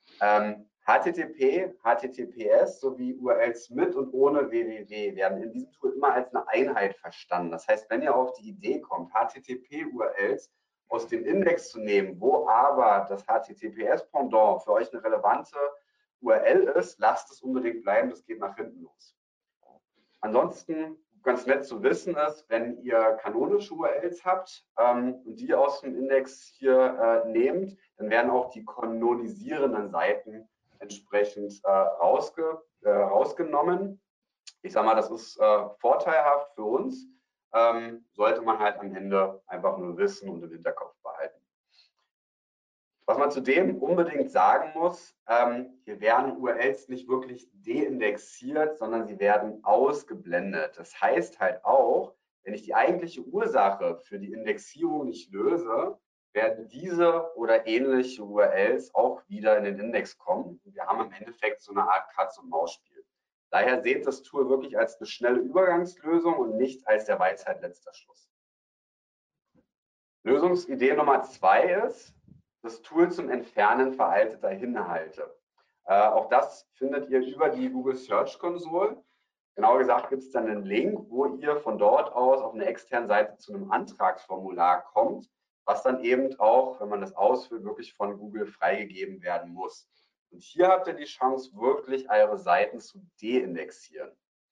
HTTP, HTTPS sowie URLs mit und ohne www werden in diesem Tool immer als eine Einheit verstanden. Das heißt, wenn ihr auf die Idee kommt, HTTP-URLs aus dem Index zu nehmen, wo aber das HTTPS-Pendant für euch eine relevante URL ist, lasst es unbedingt bleiben, das geht nach hinten los. Ansonsten ganz nett zu wissen ist, wenn ihr kanonische URLs habt und die aus dem Index hier nehmt, dann werden auch die kanonisierenden Seiten entsprechend rausgenommen. Ich sage mal, das ist vorteilhaft für uns, sollte man halt am Ende einfach nur wissen und im Hinterkopf behalten. Was man zudem unbedingt sagen muss, hier werden URLs nicht wirklich deindexiert, sondern sie werden ausgeblendet. Das heißt halt auch, wenn ich die eigentliche Ursache für die Indexierung nicht löse, werden diese oder ähnliche URLs auch wieder in den Index kommen. Und wir haben im Endeffekt so eine Art Katz-und-Maus-Spiel. Daher seht das Tool wirklich als eine schnelle Übergangslösung und nicht als der Weisheit letzter Schluss. Lösungsidee Nummer 2 ist, das Tool zum Entfernen veralteter Inhalte. Auch das findet ihr über die Google Search Console. Genauer gesagt gibt es dann einen Link, wo ihr von dort aus auf einer externen Seite zu einem Antragsformular kommt, was dann eben auch, wenn man das ausfüllt, wirklich von Google freigegeben werden muss. Und hier habt ihr die Chance, wirklich eure Seiten zu deindexieren.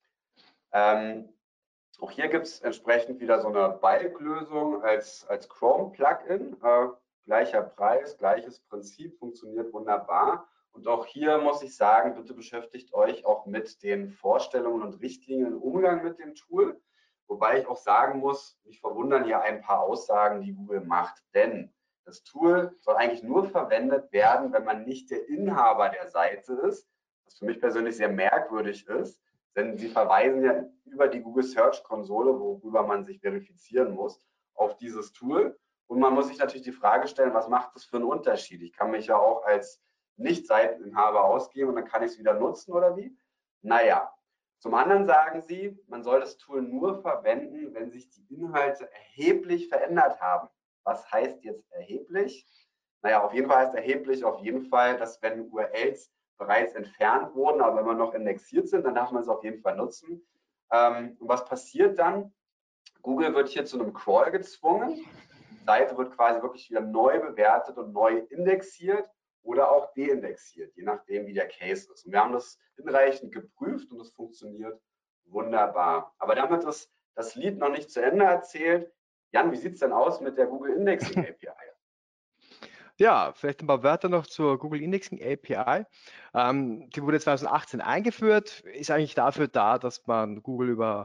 Auch hier gibt es entsprechend wieder so eine Bulk-Lösung als Chrome-Plugin. Gleicher Preis, gleiches Prinzip, funktioniert wunderbar. Und auch hier muss ich sagen, bitte beschäftigt euch auch mit den Vorstellungen und Richtlinien im Umgang mit dem Tool. Wobei ich auch sagen muss, mich verwundern hier ein paar Aussagen, die Google macht. Denn das Tool soll eigentlich nur verwendet werden, wenn man nicht der Inhaber der Seite ist, was für mich persönlich sehr merkwürdig ist. Denn sie verweisen ja über die Google Search Konsole, worüber man sich verifizieren muss, auf dieses Tool. Und man muss sich natürlich die Frage stellen, was macht das für einen Unterschied? Ich kann mich ja auch als Nicht-Seiteninhaber ausgeben und dann kann ich es wieder nutzen oder wie? Naja, zum anderen sagen sie, man soll das Tool nur verwenden, wenn sich die Inhalte erheblich verändert haben. Was heißt jetzt erheblich? Naja, auf jeden Fall heißt erheblich auf jeden Fall, dass wenn URLs bereits entfernt wurden, aber wenn wir noch indexiert sind, dann darf man es auf jeden Fall nutzen. Und was passiert dann? Google wird hier zu einem Crawl gezwungen. Die Seite wird quasi wirklich wieder neu bewertet und neu indexiert oder auch deindexiert, je nachdem, wie der Case ist. Und wir haben das hinreichend geprüft und es funktioniert wunderbar. Aber damit ist das Lied noch nicht zu Ende erzählt. Jan, wie sieht es denn aus mit der Google Indexing API? Ja, vielleicht ein paar Wörter noch zur Google Indexing API. Die wurde 2018 eingeführt, ist eigentlich dafür da, dass man Google über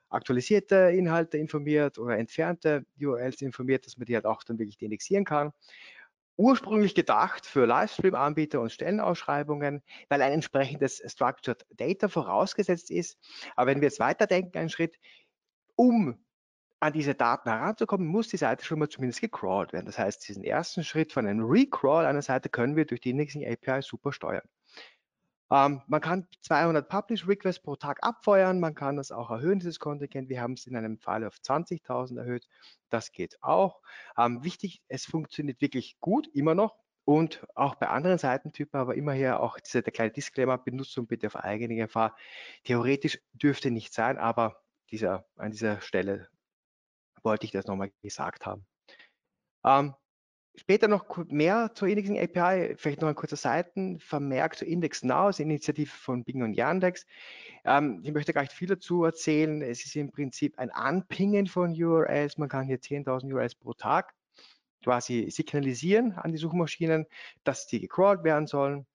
aktualisierte Inhalte informiert oder entfernte URLs informiert, dass man die halt auch dann wirklich indexieren kann. Ursprünglich gedacht für Livestream-Anbieter und Stellenausschreibungen, weil ein entsprechendes Structured Data vorausgesetzt ist. Aber wenn wir jetzt weiterdenken, einen Schritt, um an diese Daten heranzukommen, muss die Seite schon mal zumindest gecrawlt werden. Das heißt, diesen ersten Schritt von einem Recrawl einer Seite können wir durch die Indexing API super steuern. Man kann 200 Publish Requests pro Tag abfeuern, man kann das auch erhöhen, dieses Kontingent. Wir haben es in einem Fall auf 20.000 erhöht, das geht auch. Wichtig, es funktioniert wirklich gut, immer noch. Und auch bei anderen Seitentypen, aber immer hier auch der kleine Disclaimer, Benutzung bitte auf eigene Gefahr. Theoretisch dürfte nicht sein, aber an dieser Stelle wollte ich das nochmal gesagt haben. Später noch mehr zur Indexing API, vielleicht noch ein kurzer Seitenvermerk zu IndexNow, ist eine Initiative von Bing und Yandex. Ich möchte gar nicht viel dazu erzählen. Es ist im Prinzip ein Anpingen von URLs. Man kann hier 10.000 URLs pro Tag quasi signalisieren an die Suchmaschinen, dass die gecrawlt werden sollen.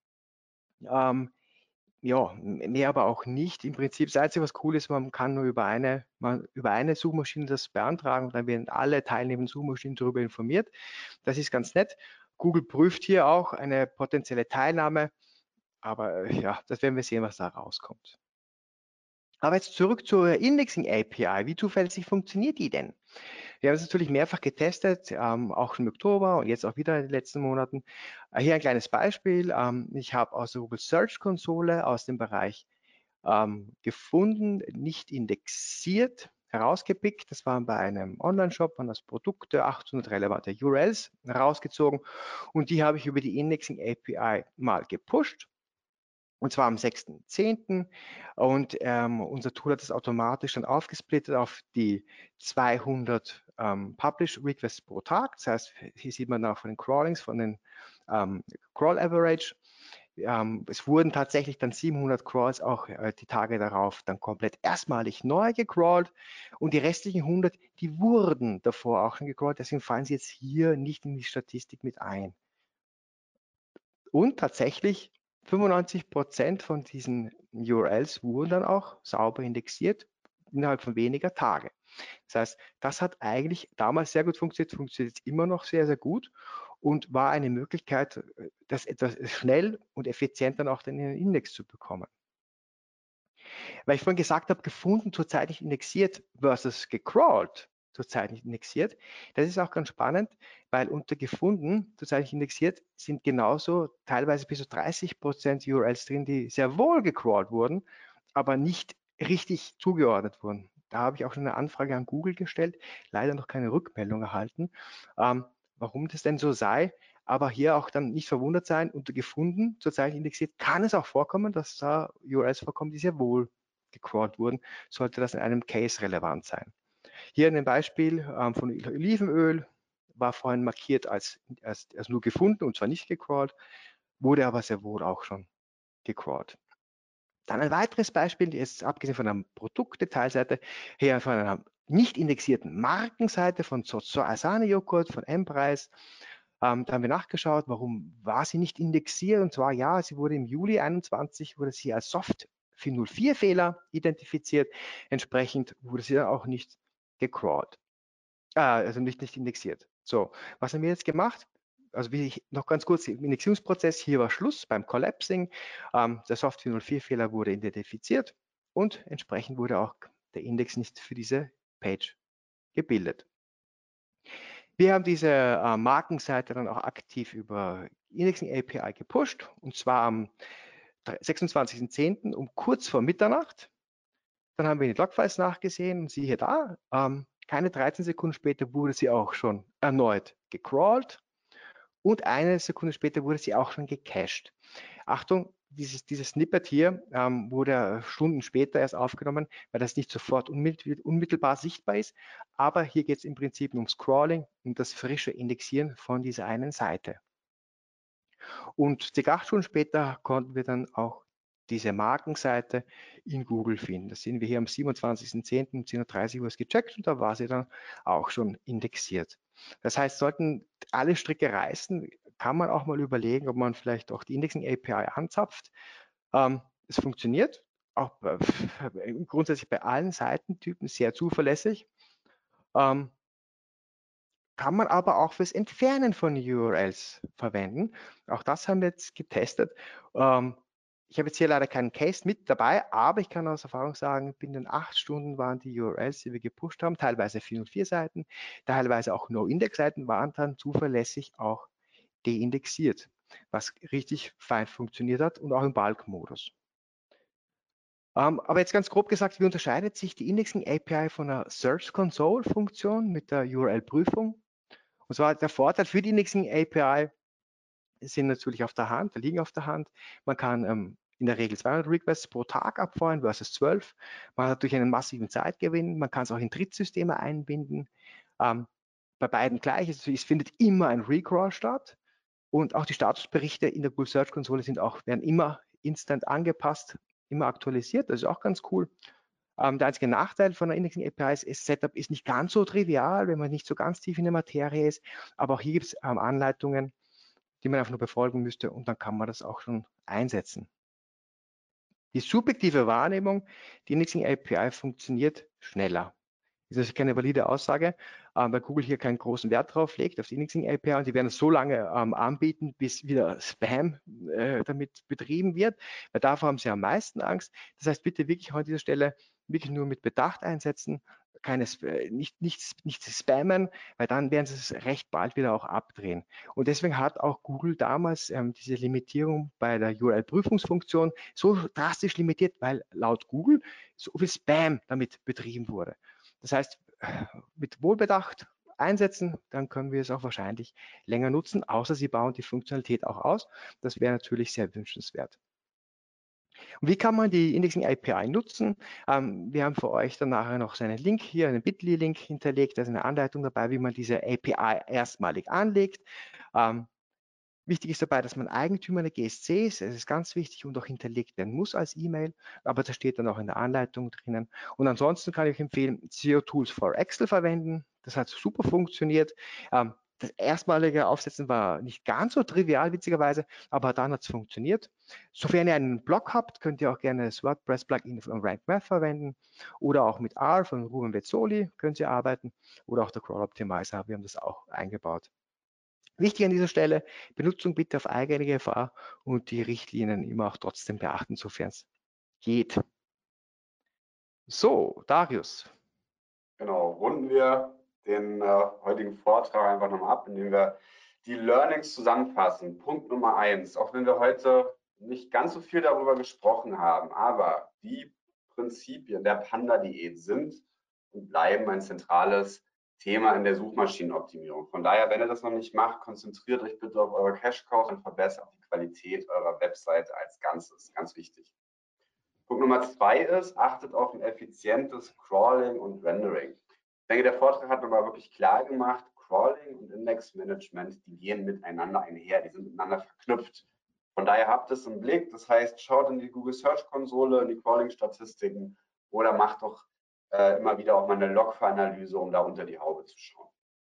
Ja, mehr aber auch nicht. Im Prinzip, das Einzige, was cool ist, man kann nur über eine Suchmaschine das beantragen und dann werden alle teilnehmenden Suchmaschinen darüber informiert. Das ist ganz nett. Google prüft hier auch eine potenzielle Teilnahme, aber ja, das werden wir sehen, was da rauskommt. Aber jetzt zurück zur Indexing API. Wie zuverlässig funktioniert die denn? Wir haben es natürlich mehrfach getestet, auch im Oktober und jetzt auch wieder in den letzten Monaten. Hier ein kleines Beispiel. Ich habe aus der Google Search Konsole aus dem Bereich gefunden, nicht indexiert, herausgepickt. Das war bei einem Online-Shop, waren das Produkte, 800 relevante URLs herausgezogen und die habe ich über die Indexing API mal gepusht. Und zwar am 6.10. Und unser Tool hat das automatisch dann aufgesplittet auf die 200 Publish Requests pro Tag. Das heißt, hier sieht man auch von den Crawlings, von den Crawl Average. Es wurden tatsächlich dann 700 Crawls auch die Tage darauf dann komplett erstmalig neu gecrawlt und die restlichen 100, die wurden davor auch schon gecrawlt. Deswegen fallen sie jetzt hier nicht in die Statistik mit ein. Und tatsächlich 95% von diesen URLs wurden dann auch sauber indexiert innerhalb von weniger Tage. Das heißt, das hat eigentlich damals sehr gut funktioniert, funktioniert jetzt immer noch sehr, sehr gut und war eine Möglichkeit, das etwas schnell und effizient dann auch in den Index zu bekommen. Weil ich vorhin gesagt habe, gefunden, zurzeit nicht indexiert versus gecrawlt, zurzeit nicht indexiert. Das ist auch ganz spannend, weil unter gefunden, zurzeit nicht indexiert, sind genauso teilweise bis zu 30% URLs drin, die sehr wohl gecrawlt wurden, aber nicht richtig zugeordnet wurden. Da habe ich auch schon eine Anfrage an Google gestellt, leider noch keine Rückmeldung erhalten, warum das denn so sei. Aber hier auch dann nicht verwundert sein, unter gefunden, zurzeit indexiert, kann es auch vorkommen, dass da URLs vorkommen, die sehr wohl gecrawlt wurden, sollte das in einem Case relevant sein. Hier ein Beispiel von Olivenöl, war vorhin markiert als nur gefunden und zwar nicht gecrawlt, wurde aber sehr wohl auch schon gecrawlt. Dann ein weiteres Beispiel, jetzt abgesehen von einer Produktdetailseite, hier von einer nicht indexierten Markenseite von Sahne-Joghurt, von M-Preis. Da haben wir nachgeschaut, warum war sie nicht indexiert, und zwar ja, sie wurde im Juli 21 wurde sie als Soft 404-Fehler identifiziert, entsprechend wurde sie dann auch nicht gecrawlt, also nicht indexiert. So, was haben wir jetzt gemacht? Also noch ganz kurz, im Indexierungsprozess, hier war Schluss beim Collapsing, der Soft 404-Fehler wurde identifiziert und entsprechend wurde auch der Index nicht für diese Page gebildet. Wir haben diese Markenseite dann auch aktiv über Indexing API gepusht, und zwar am 26.10. um kurz vor Mitternacht. Dann haben wir in die Logfiles nachgesehen und siehe da, keine 13 Sekunden später wurde sie auch schon erneut gecrawlt und eine Sekunde später wurde sie auch schon gecached. Achtung, dieses Snippet hier wurde Stunden später erst aufgenommen, weil das nicht sofort unmittelbar sichtbar ist. Aber hier geht es im Prinzip ums Crawling und das frische Indexieren von dieser einen Seite. Und ca. 8 Stunden später konnten wir dann auch diese Markenseite in Google finden. Das sehen wir hier am 27.10. um 10.30 Uhr gecheckt und da war sie dann auch schon indexiert. Das heißt, sollten alle Stricke reißen, kann man auch mal überlegen, ob man vielleicht auch die Indexing API anzapft. Es funktioniert auch grundsätzlich bei allen Seitentypen sehr zuverlässig. Kann man aber auch fürs Entfernen von URLs verwenden. Auch das haben wir jetzt getestet. Ich habe jetzt hier leider keinen Case mit dabei, aber ich kann aus Erfahrung sagen, binnen 8 Stunden waren die URLs, die wir gepusht haben, teilweise 404 Seiten, teilweise auch No-Index-Seiten, waren dann zuverlässig auch deindexiert, was richtig fein funktioniert hat und auch im Bulk-Modus. Aber jetzt ganz grob gesagt, wie unterscheidet sich die Indexing API von einer Search Console Funktion mit der URL-Prüfung? Und zwar der Vorteil für die Indexing API sind natürlich auf der Hand, liegen auf der Hand. Man kann in der Regel 200 Requests pro Tag abfeuern versus 12. Man hat natürlich einen massiven Zeitgewinn. Man kann es auch in Drittsysteme einbinden. Bei beiden gleich. Also es findet immer ein Recrawl statt. Und auch die Statusberichte in der Google Search Konsole werden immer instant angepasst, immer aktualisiert. Das ist auch ganz cool. Der einzige Nachteil von der Indexing API ist, das Setup ist nicht ganz so trivial, wenn man nicht so ganz tief in der Materie ist. Aber auch hier gibt es Anleitungen, die man einfach nur befolgen müsste und dann kann man das auch schon einsetzen. Die subjektive Wahrnehmung, die Indexing API funktioniert schneller. Das ist keine valide Aussage, weil Google hier keinen großen Wert drauf legt, auf die Indexing API, und die werden es so lange anbieten, bis wieder Spam damit betrieben wird, weil davor haben sie am meisten Angst. Das heißt, bitte wirklich an dieser Stelle wirklich nur mit Bedacht einsetzen, nicht spammen, weil dann werden sie es recht bald wieder auch abdrehen. Und deswegen hat auch Google damals diese Limitierung bei der URL-Prüfungsfunktion so drastisch limitiert, weil laut Google so viel Spam damit betrieben wurde. Das heißt, mit Wohlbedacht einsetzen, dann können wir es auch wahrscheinlich länger nutzen, außer Sie bauen die Funktionalität auch aus. Das wäre natürlich sehr wünschenswert. Und wie kann man die Indexing API nutzen? Wir haben für euch dann nachher noch so einen Link hier, einen Bitly-Link hinterlegt, da ist eine Anleitung dabei, wie man diese API erstmalig anlegt. Wichtig ist dabei, dass man Eigentümer der GSC ist. Es ist ganz wichtig und auch hinterlegt werden muss als E-Mail, aber das steht dann auch in der Anleitung drinnen. Und ansonsten kann ich empfehlen, SEO Tools for Excel verwenden. Das hat super funktioniert. Das erstmalige Aufsetzen war nicht ganz so trivial, witzigerweise, aber dann hat es funktioniert. Sofern ihr einen Blog habt, könnt ihr auch gerne das WordPress-Plugin von Rank Math verwenden oder auch mit R von Ruben Vezzoli könnt ihr arbeiten oder auch der Crawl Optimizer. Wir haben das auch eingebaut. Wichtig an dieser Stelle, Benutzung bitte auf eigene Gefahr und die Richtlinien immer auch trotzdem beachten, sofern es geht. So, Darius. Genau, runden wir den heutigen Vortrag einfach nochmal ab, indem wir die Learnings zusammenfassen. Punkt Nummer 1, auch wenn wir heute nicht ganz so viel darüber gesprochen haben, aber die Prinzipien der Panda-Diät sind und bleiben ein zentrales Thema in der Suchmaschinenoptimierung. Von daher, wenn ihr das noch nicht macht, konzentriert euch bitte auf eure Cash-Cows und verbessert die Qualität eurer Webseite als Ganzes. Ganz wichtig. Punkt Nummer 2 ist, achtet auf ein effizientes Crawling und Rendering. Ich denke, der Vortrag hat nochmal wirklich klar gemacht, Crawling und Indexmanagement, die gehen miteinander einher, die sind miteinander verknüpft. Von daher habt es im Blick, das heißt, schaut in die Google Search Konsole, in die Crawling-Statistiken oder macht doch immer wieder auch mal eine Log-Analyse, um da unter die Haube zu schauen.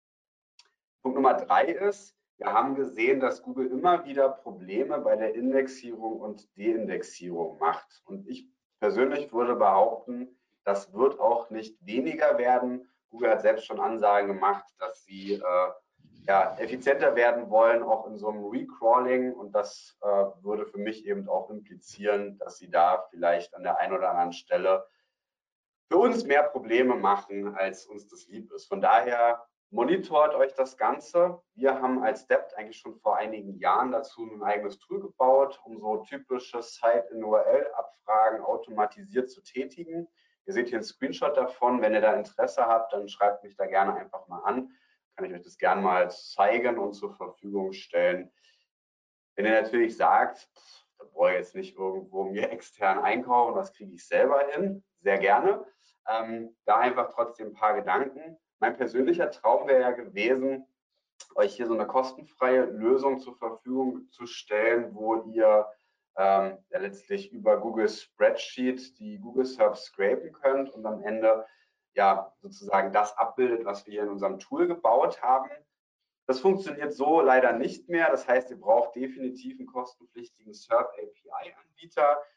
Punkt Nummer 3 ist, wir haben gesehen, dass Google immer wieder Probleme bei der Indexierung und Deindexierung macht. Und ich persönlich würde behaupten, das wird auch nicht weniger werden. Google hat selbst schon Ansagen gemacht, dass sie effizienter werden wollen, auch in so einem Recrawling. Und das würde für mich eben auch implizieren, dass sie da vielleicht an der einen oder anderen Stelle für uns mehr Probleme machen, als uns das lieb ist. Von daher monitort euch das Ganze. Wir haben als Dept eigentlich schon vor einigen Jahren dazu ein eigenes Tool gebaut, um so typische Site-in-URL-Abfragen automatisiert zu tätigen. Ihr seht hier einen Screenshot davon. Wenn ihr da Interesse habt, dann schreibt mich da gerne einfach mal an. Kann ich euch das gerne mal zeigen und zur Verfügung stellen. Wenn ihr natürlich sagt, da brauche ich jetzt nicht irgendwo mir extern einkaufen, das kriege ich selber hin, sehr gerne. Da einfach trotzdem ein paar Gedanken. Mein persönlicher Traum wäre ja gewesen, euch hier so eine kostenfreie Lösung zur Verfügung zu stellen, wo ihr letztlich über Google Spreadsheet die Google Search scrapen könnt und am Ende ja sozusagen das abbildet, was wir hier in unserem Tool gebaut haben. Das funktioniert so leider nicht mehr. Das heißt, ihr braucht definitiv einen kostenpflichtigen SERP API-Anbieter.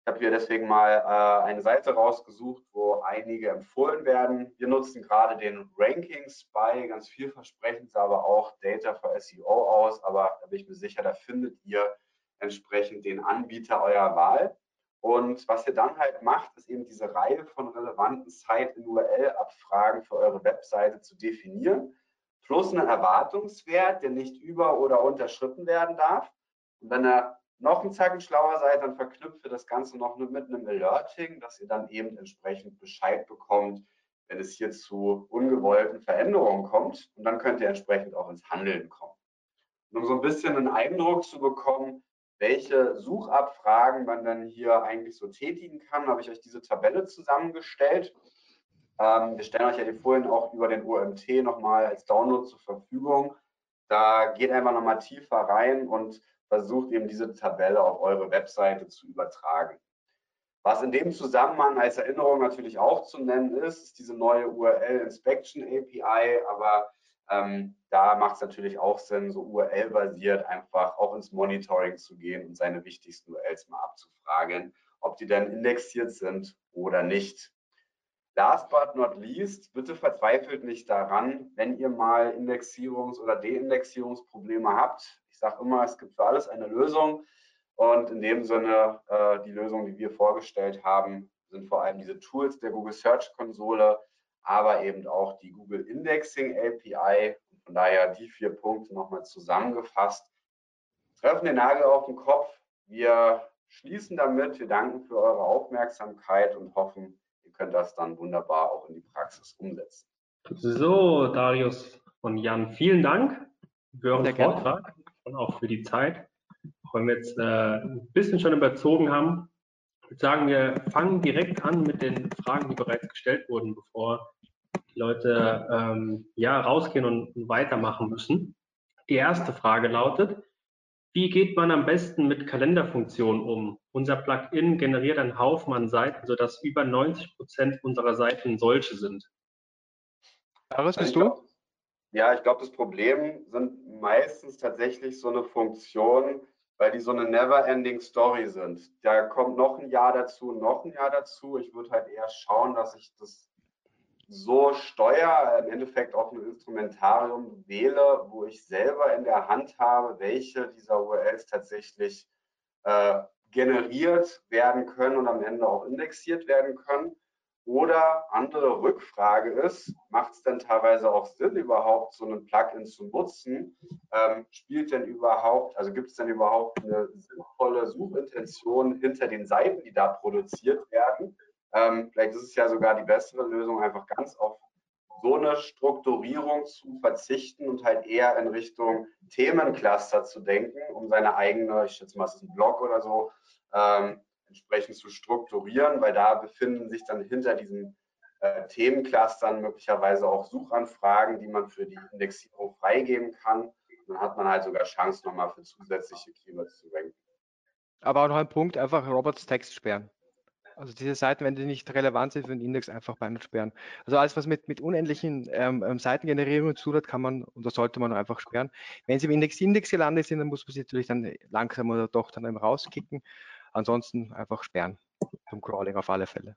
Ich habe hier deswegen mal eine Seite rausgesucht, wo einige empfohlen werden. Wir nutzen gerade den Ranking Spy, ganz vielversprechend, sah aber auch Data for SEO aus, aber da bin ich mir sicher, da findet ihr entsprechend den Anbieter eurer Wahl. Und was ihr dann halt macht, ist eben diese Reihe von relevanten Site-URL-Abfragen für eure Webseite zu definieren, plus einen Erwartungswert, der nicht über- oder unterschritten werden darf. Und wenn ihr noch einen Zacken schlauer seid, dann verknüpft ihr das Ganze noch mit einem Alerting, dass ihr dann eben entsprechend Bescheid bekommt, wenn es hier zu ungewollten Veränderungen kommt. Und dann könnt ihr entsprechend auch ins Handeln kommen. Und um so ein bisschen einen Eindruck zu bekommen, welche Suchabfragen man dann hier eigentlich so tätigen kann, habe ich euch diese Tabelle zusammengestellt. Wir stellen euch ja die Folien auch über den OMT nochmal als Download zur Verfügung. Da geht einfach nochmal tiefer rein und versucht eben diese Tabelle auf eure Webseite zu übertragen. Was in dem Zusammenhang als Erinnerung natürlich auch zu nennen ist, ist diese neue URL Inspection API, aber da macht es natürlich auch Sinn, so URL-basiert einfach auch ins Monitoring zu gehen und seine wichtigsten URLs mal abzufragen, ob die dann indexiert sind oder nicht. Last but not least, bitte verzweifelt nicht daran, wenn ihr mal Indexierungs- oder Deindexierungsprobleme habt. Ich sage immer, es gibt für alles eine Lösung. Und in dem Sinne, die Lösung, die wir vorgestellt haben, sind vor allem diese Tools der Google Search Konsole, aber eben auch die Google Indexing API. Und von daher die 4 Punkte nochmal zusammengefasst. Treffen den Nagel auf den Kopf. Wir schließen damit. Wir danken für eure Aufmerksamkeit und hoffen, ihr könnt das dann wunderbar auch in die Praxis umsetzen. So, Darius und Jan, vielen Dank für euren Vortrag und auch für die Zeit. Auch wenn wir jetzt ein bisschen schon überzogen haben, ich würde sagen, wir fangen direkt an mit den Fragen, die bereits gestellt wurden, bevor die Leute ja, rausgehen und weitermachen müssen. Die erste Frage lautet: Wie geht man am besten mit Kalenderfunktionen um? Unser Plugin generiert einen Haufen an Seiten, sodass über 90% unserer Seiten solche sind. Darius, bist du? Ja, ich glaube, das Problem sind meistens tatsächlich so eine Funktion, weil die so eine never-ending Story sind. Da kommt noch ein Jahr dazu, noch ein Jahr dazu. Ich würde halt eher schauen, dass ich das so steuere, im Endeffekt auch ein Instrumentarium wähle, wo ich selber in der Hand habe, welche dieser URLs tatsächlich generiert werden können und am Ende auch indexiert werden können. Oder andere Rückfrage ist, macht es denn teilweise auch Sinn, überhaupt so ein Plugin zu nutzen? Spielt denn überhaupt, also gibt es denn überhaupt eine sinnvolle Suchintention hinter den Seiten, die da produziert werden? Vielleicht ist es ja sogar die bessere Lösung, einfach ganz auf so eine Strukturierung zu verzichten und halt eher in Richtung Themencluster zu denken, um seine eigene, ich schätze mal, es ist ein Blog oder so, entsprechend zu strukturieren, weil da befinden sich dann hinter diesen Themenclustern möglicherweise auch Suchanfragen, die man für die Indexierung freigeben kann. Und dann hat man halt sogar Chance, nochmal für zusätzliche Keywords zu ranken. Aber auch noch ein Punkt, einfach Robots Text sperren. Also diese Seiten, wenn die nicht relevant sind für den Index, einfach bei sperren. Also alles, was mit unendlichen Seitengenerierungen zu tun hat, kann man und das sollte man einfach sperren. Wenn sie im Index gelandet sind, dann muss man sie natürlich dann langsam oder doch dann eben rauskicken. Ansonsten einfach sperren zum Crawling auf alle Fälle.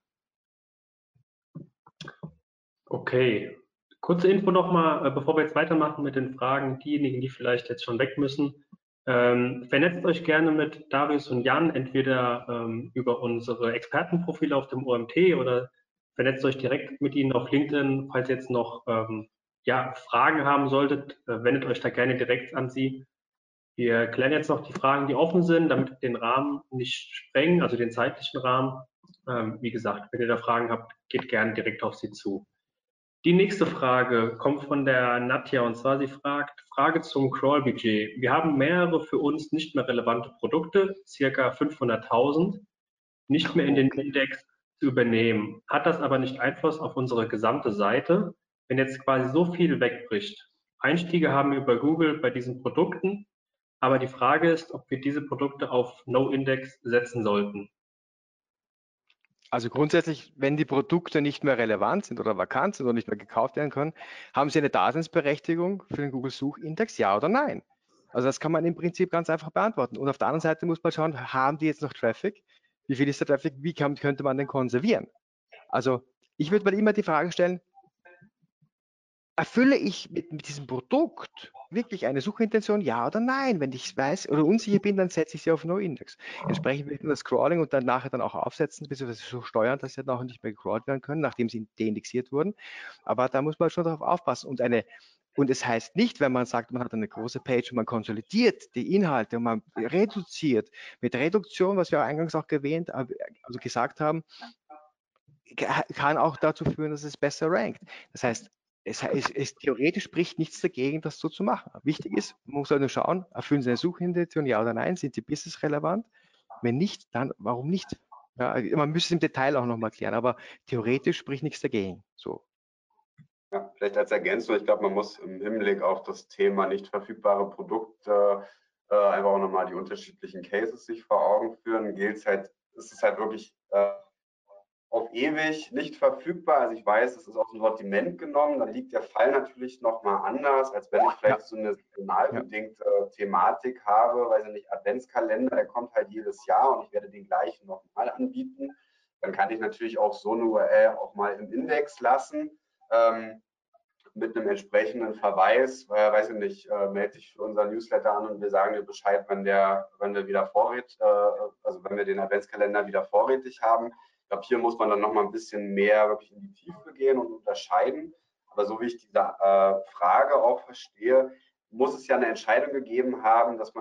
Okay, kurze Info nochmal, bevor wir jetzt weitermachen mit den Fragen, diejenigen, die vielleicht jetzt schon weg müssen. Vernetzt euch gerne mit Darius und Jan, entweder über unsere Expertenprofile auf dem OMT oder vernetzt euch direkt mit ihnen auf LinkedIn. Falls ihr jetzt noch ja, Fragen haben solltet, wendet euch da gerne direkt an sie. Wir klären jetzt noch die Fragen, die offen sind, damit wir den Rahmen nicht sprengen, also den zeitlichen Rahmen. Wie gesagt, wenn ihr da Fragen habt, geht gerne direkt auf sie zu. Die nächste Frage kommt von der Nadja und zwar sie fragt, Frage zum Crawl-Budget. Wir haben mehrere für uns nicht mehr relevante Produkte, circa 500.000, nicht mehr in den Index zu übernehmen. Hat das aber nicht Einfluss auf unsere gesamte Seite, wenn jetzt quasi so viel wegbricht? Einstiege haben wir über Google bei diesen Produkten, aber die Frage ist, ob wir diese Produkte auf No-Index setzen sollten. Also grundsätzlich, wenn die Produkte nicht mehr relevant sind oder vakant sind oder nicht mehr gekauft werden können, haben sie eine Daseinsberechtigung für den Google-Suchindex, ja oder nein? Also das kann man im Prinzip ganz einfach beantworten. Und auf der anderen Seite muss man schauen, haben die jetzt noch Traffic? Wie viel ist der Traffic? Wie könnte man den konservieren? Also ich würde mal immer die Frage stellen, erfülle ich mit diesem Produkt wirklich eine Suchintention, ja oder nein? Wenn ich weiß oder unsicher bin, dann setze ich sie auf No-Index. Entsprechend wird das Scrolling und dann nachher dann auch aufsetzen, beziehungsweise so steuern, dass sie dann auch nicht mehr gecrawlt werden können, nachdem sie deindexiert wurden. Aber da muss man schon darauf aufpassen. Und es heißt nicht, wenn man sagt, man hat eine große Page und man konsolidiert die Inhalte und man reduziert. Mit Reduktion, was wir eingangs auch also gesagt haben, kann auch dazu führen, dass es besser rankt. Das heißt, theoretisch spricht nichts dagegen, das so zu machen. Wichtig ist, man muss halt nur schauen, erfüllen Sie eine Suchintention, ja oder nein, sind die businessrelevant? Wenn nicht, dann warum nicht? Ja, man müsste es im Detail auch nochmal klären, aber theoretisch spricht nichts dagegen. So. Ja, vielleicht als Ergänzung, ich glaube, man muss im Hinblick auf das Thema nicht verfügbare Produkte einfach auch nochmal die unterschiedlichen Cases sich vor Augen führen. Ist es halt wirklich auf ewig nicht verfügbar. Also ich weiß, es ist aus dem Sortiment genommen, dann liegt der Fall natürlich nochmal anders, als wenn ich vielleicht so eine saisonal bedingte Thematik habe, weiß ich nicht, Adventskalender, der kommt halt jedes Jahr und ich werde den gleichen nochmal anbieten. Dann kann ich natürlich auch so eine URL auch mal im Index lassen. Mit einem entsprechenden Verweis, weiß ich nicht, melde dich für unseren Newsletter an und wir sagen dir Bescheid, wenn wir wieder also wenn wir den Adventskalender wieder vorrätig haben. Ich glaube, hier muss man dann noch mal ein bisschen mehr wirklich in die Tiefe gehen und unterscheiden. Aber so wie ich diese Frage auch verstehe, muss es ja eine Entscheidung gegeben haben, dass man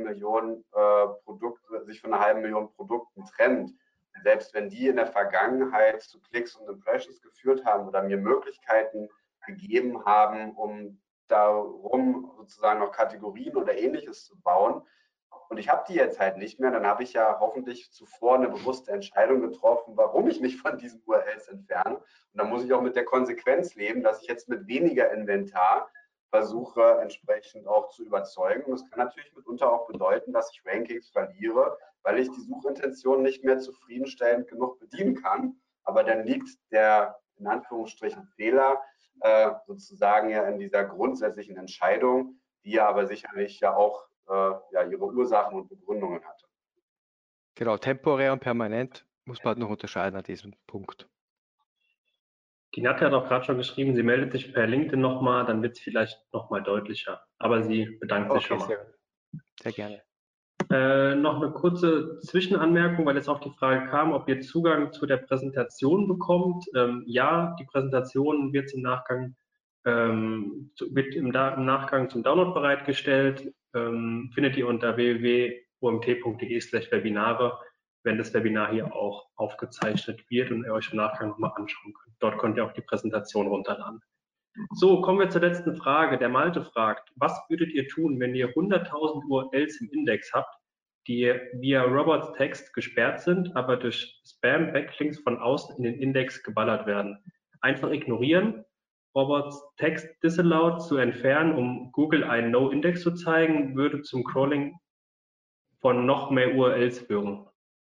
sich von einer halben Million Produkten trennt. Und selbst wenn die in der Vergangenheit zu Klicks und Impressions geführt haben oder mir Möglichkeiten gegeben haben, um darum sozusagen noch Kategorien oder Ähnliches zu bauen. Und ich habe die jetzt halt nicht mehr, dann habe ich ja hoffentlich zuvor eine bewusste Entscheidung getroffen, warum ich mich von diesen URLs entferne. Und dann muss ich auch mit der Konsequenz leben, dass ich jetzt mit weniger Inventar versuche, entsprechend auch zu überzeugen. Und das kann natürlich mitunter auch bedeuten, dass ich Rankings verliere, weil ich die Suchintention nicht mehr zufriedenstellend genug bedienen kann. Aber dann liegt der, in Anführungsstrichen, Fehler sozusagen ja in dieser grundsätzlichen Entscheidung, die ja aber sicherlich ja auch ihre Ursachen und Begründungen hatte. Genau, temporär und permanent muss man halt noch unterscheiden an diesem Punkt. Die Nadja hat auch gerade schon geschrieben, sie meldet sich per LinkedIn nochmal, dann wird es vielleicht nochmal deutlicher. Aber sie bedankt sich schon mal. Sehr gerne. Noch eine kurze Zwischenanmerkung, weil jetzt auch die Frage kam, ob ihr Zugang zu der Präsentation bekommt. Ja, die Präsentation wird im Nachgang zum Download bereitgestellt. Findet ihr unter www.omt.de/Webinare, wenn das Webinar hier auch aufgezeichnet wird und ihr euch im Nachgang nochmal anschauen könnt. Dort könnt ihr auch die Präsentation runterladen. So, kommen wir zur letzten Frage. Der Malte fragt, was würdet ihr tun, wenn ihr 100.000 URLs im Index habt, die via Robots Text gesperrt sind, aber durch Spam-Backlinks von außen in den Index geballert werden? Einfach ignorieren, Robots Text disallowed zu entfernen, um Google einen No-Index zu zeigen, würde zum Crawling von noch mehr URLs führen.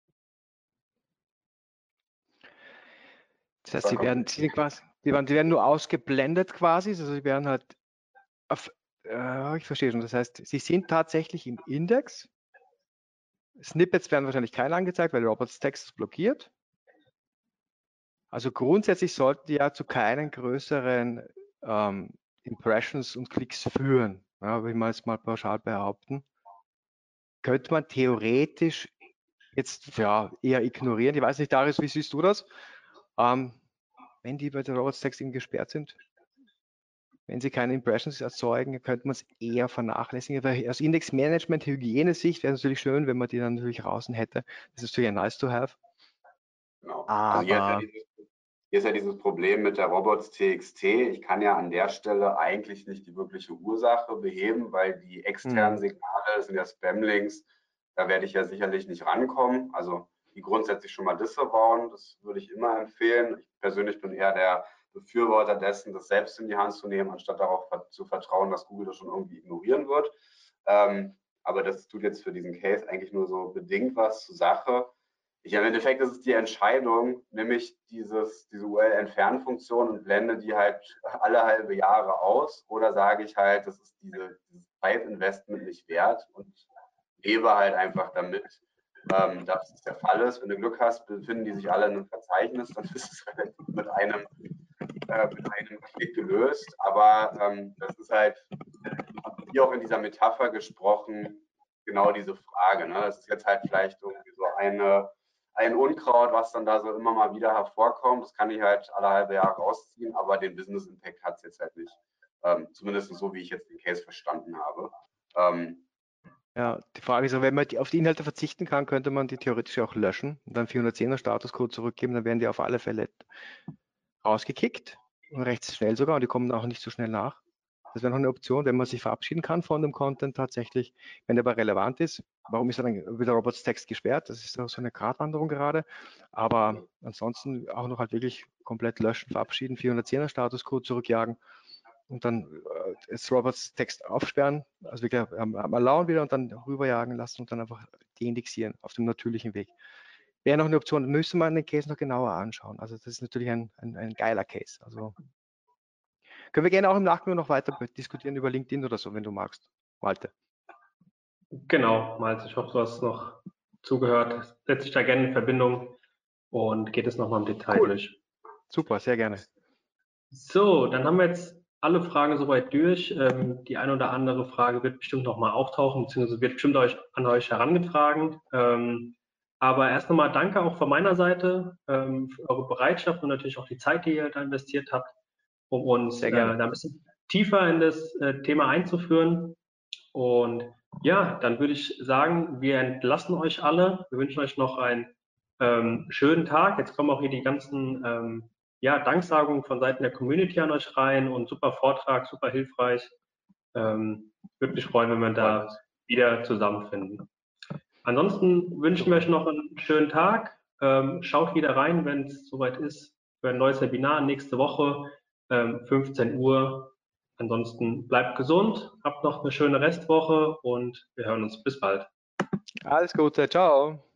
Das heißt, die werden nur ausgeblendet quasi, also sie werden halt ich verstehe schon, das heißt, sie sind tatsächlich im Index. Snippets werden wahrscheinlich keine angezeigt, weil Robots Text blockiert. Also grundsätzlich sollten die ja zu keinen größeren Impressions und Klicks führen, ja, will ich mal jetzt mal pauschal behaupten. Könnte man theoretisch jetzt eher ignorieren. Ich weiß nicht, Darius, wie siehst du das? Wenn die bei der Robots Text eben gesperrt sind, wenn sie keine Impressions erzeugen, könnte man es eher vernachlässigen. Weil aus Index-Management-Hygiene-Sicht wäre es natürlich schön, wenn man die dann natürlich draußen hätte. Das ist natürlich ein nice to have. Genau. Aber Also hier ist ja dieses Problem mit der Robots.txt. Ich kann ja an der Stelle eigentlich nicht die wirkliche Ursache beheben, weil die externen Signale, das sind ja Spam-Links, da werde ich ja sicherlich nicht rankommen. Also die grundsätzlich schon mal disavowen, das würde ich immer empfehlen. Ich persönlich bin eher der Befürworter dessen, das selbst in die Hand zu nehmen, anstatt darauf zu vertrauen, dass Google das schon irgendwie ignorieren wird. Aber das tut jetzt für diesen Case eigentlich nur so bedingt was zur Sache. Im Endeffekt ist es die Entscheidung, nämlich diese URL-Entfernen-Funktion und blende die halt alle halbe Jahre aus, oder sage ich halt, das ist dieses Zeitinvestment nicht wert und lebe halt einfach damit, das der Fall ist. Wenn du Glück hast, befinden die sich alle in einem Verzeichnis, dann ist es relativ mit einem Klick gelöst. Aber das ist halt, wie auch in dieser Metapher gesprochen, genau diese Frage. Ne? Das ist jetzt halt vielleicht irgendwie so ein Unkraut, was dann da so immer mal wieder hervorkommt. Das kann ich halt alle halbe Jahre rausziehen, aber den Business Impact hat es jetzt halt nicht. Zumindest so, wie ich jetzt den Case verstanden habe. Ja, die Frage ist, wenn man auf die Inhalte verzichten kann, könnte man die theoretisch auch löschen und dann 410er Statuscode zurückgeben, dann werden die auf alle Fälle rausgekickt und recht schnell sogar und die kommen auch nicht so schnell nach. Das wäre noch eine Option, wenn man sich verabschieden kann von dem Content tatsächlich, wenn der aber relevant ist. Warum ist er dann wieder Robots Text gesperrt? Das ist auch so eine Gratwanderung gerade. Aber ansonsten auch noch halt wirklich komplett löschen, verabschieden, 410er Statuscode zurückjagen und dann das Robots Text aufsperren, also wirklich am Allowen wieder und dann rüberjagen lassen und dann einfach deindexieren auf dem natürlichen Weg. Wäre noch eine Option, müsste man den Case noch genauer anschauen. Also das ist natürlich ein geiler Case. Also können wir gerne auch im Nachgang noch weiter diskutieren über LinkedIn oder so, wenn du magst, Malte. Genau, Malte, ich hoffe, du hast noch zugehört. Setz dich da gerne in Verbindung und geht es nochmal im Detail durch. Super, sehr gerne. So, dann haben wir jetzt alle Fragen soweit durch. Die eine oder andere Frage wird bestimmt nochmal auftauchen, beziehungsweise wird bestimmt an euch herangetragen. Aber erst nochmal danke auch von meiner Seite für eure Bereitschaft und natürlich auch die Zeit, die ihr da investiert habt, um uns da ein bisschen tiefer in das Thema einzuführen. Und ja, dann würde ich sagen, wir entlassen euch alle. Wir wünschen euch noch einen schönen Tag. Jetzt kommen auch hier die ganzen Danksagungen von Seiten der Community an euch rein und super Vortrag, super hilfreich. Würde mich freuen, wenn wir da wieder zusammenfinden. Ansonsten wünschen wir euch noch einen schönen Tag. Schaut wieder rein, wenn es soweit ist, für ein neues Webinar nächste Woche, 15 Uhr. Ansonsten bleibt gesund, habt noch eine schöne Restwoche und wir hören uns bis bald. Alles Gute, ciao.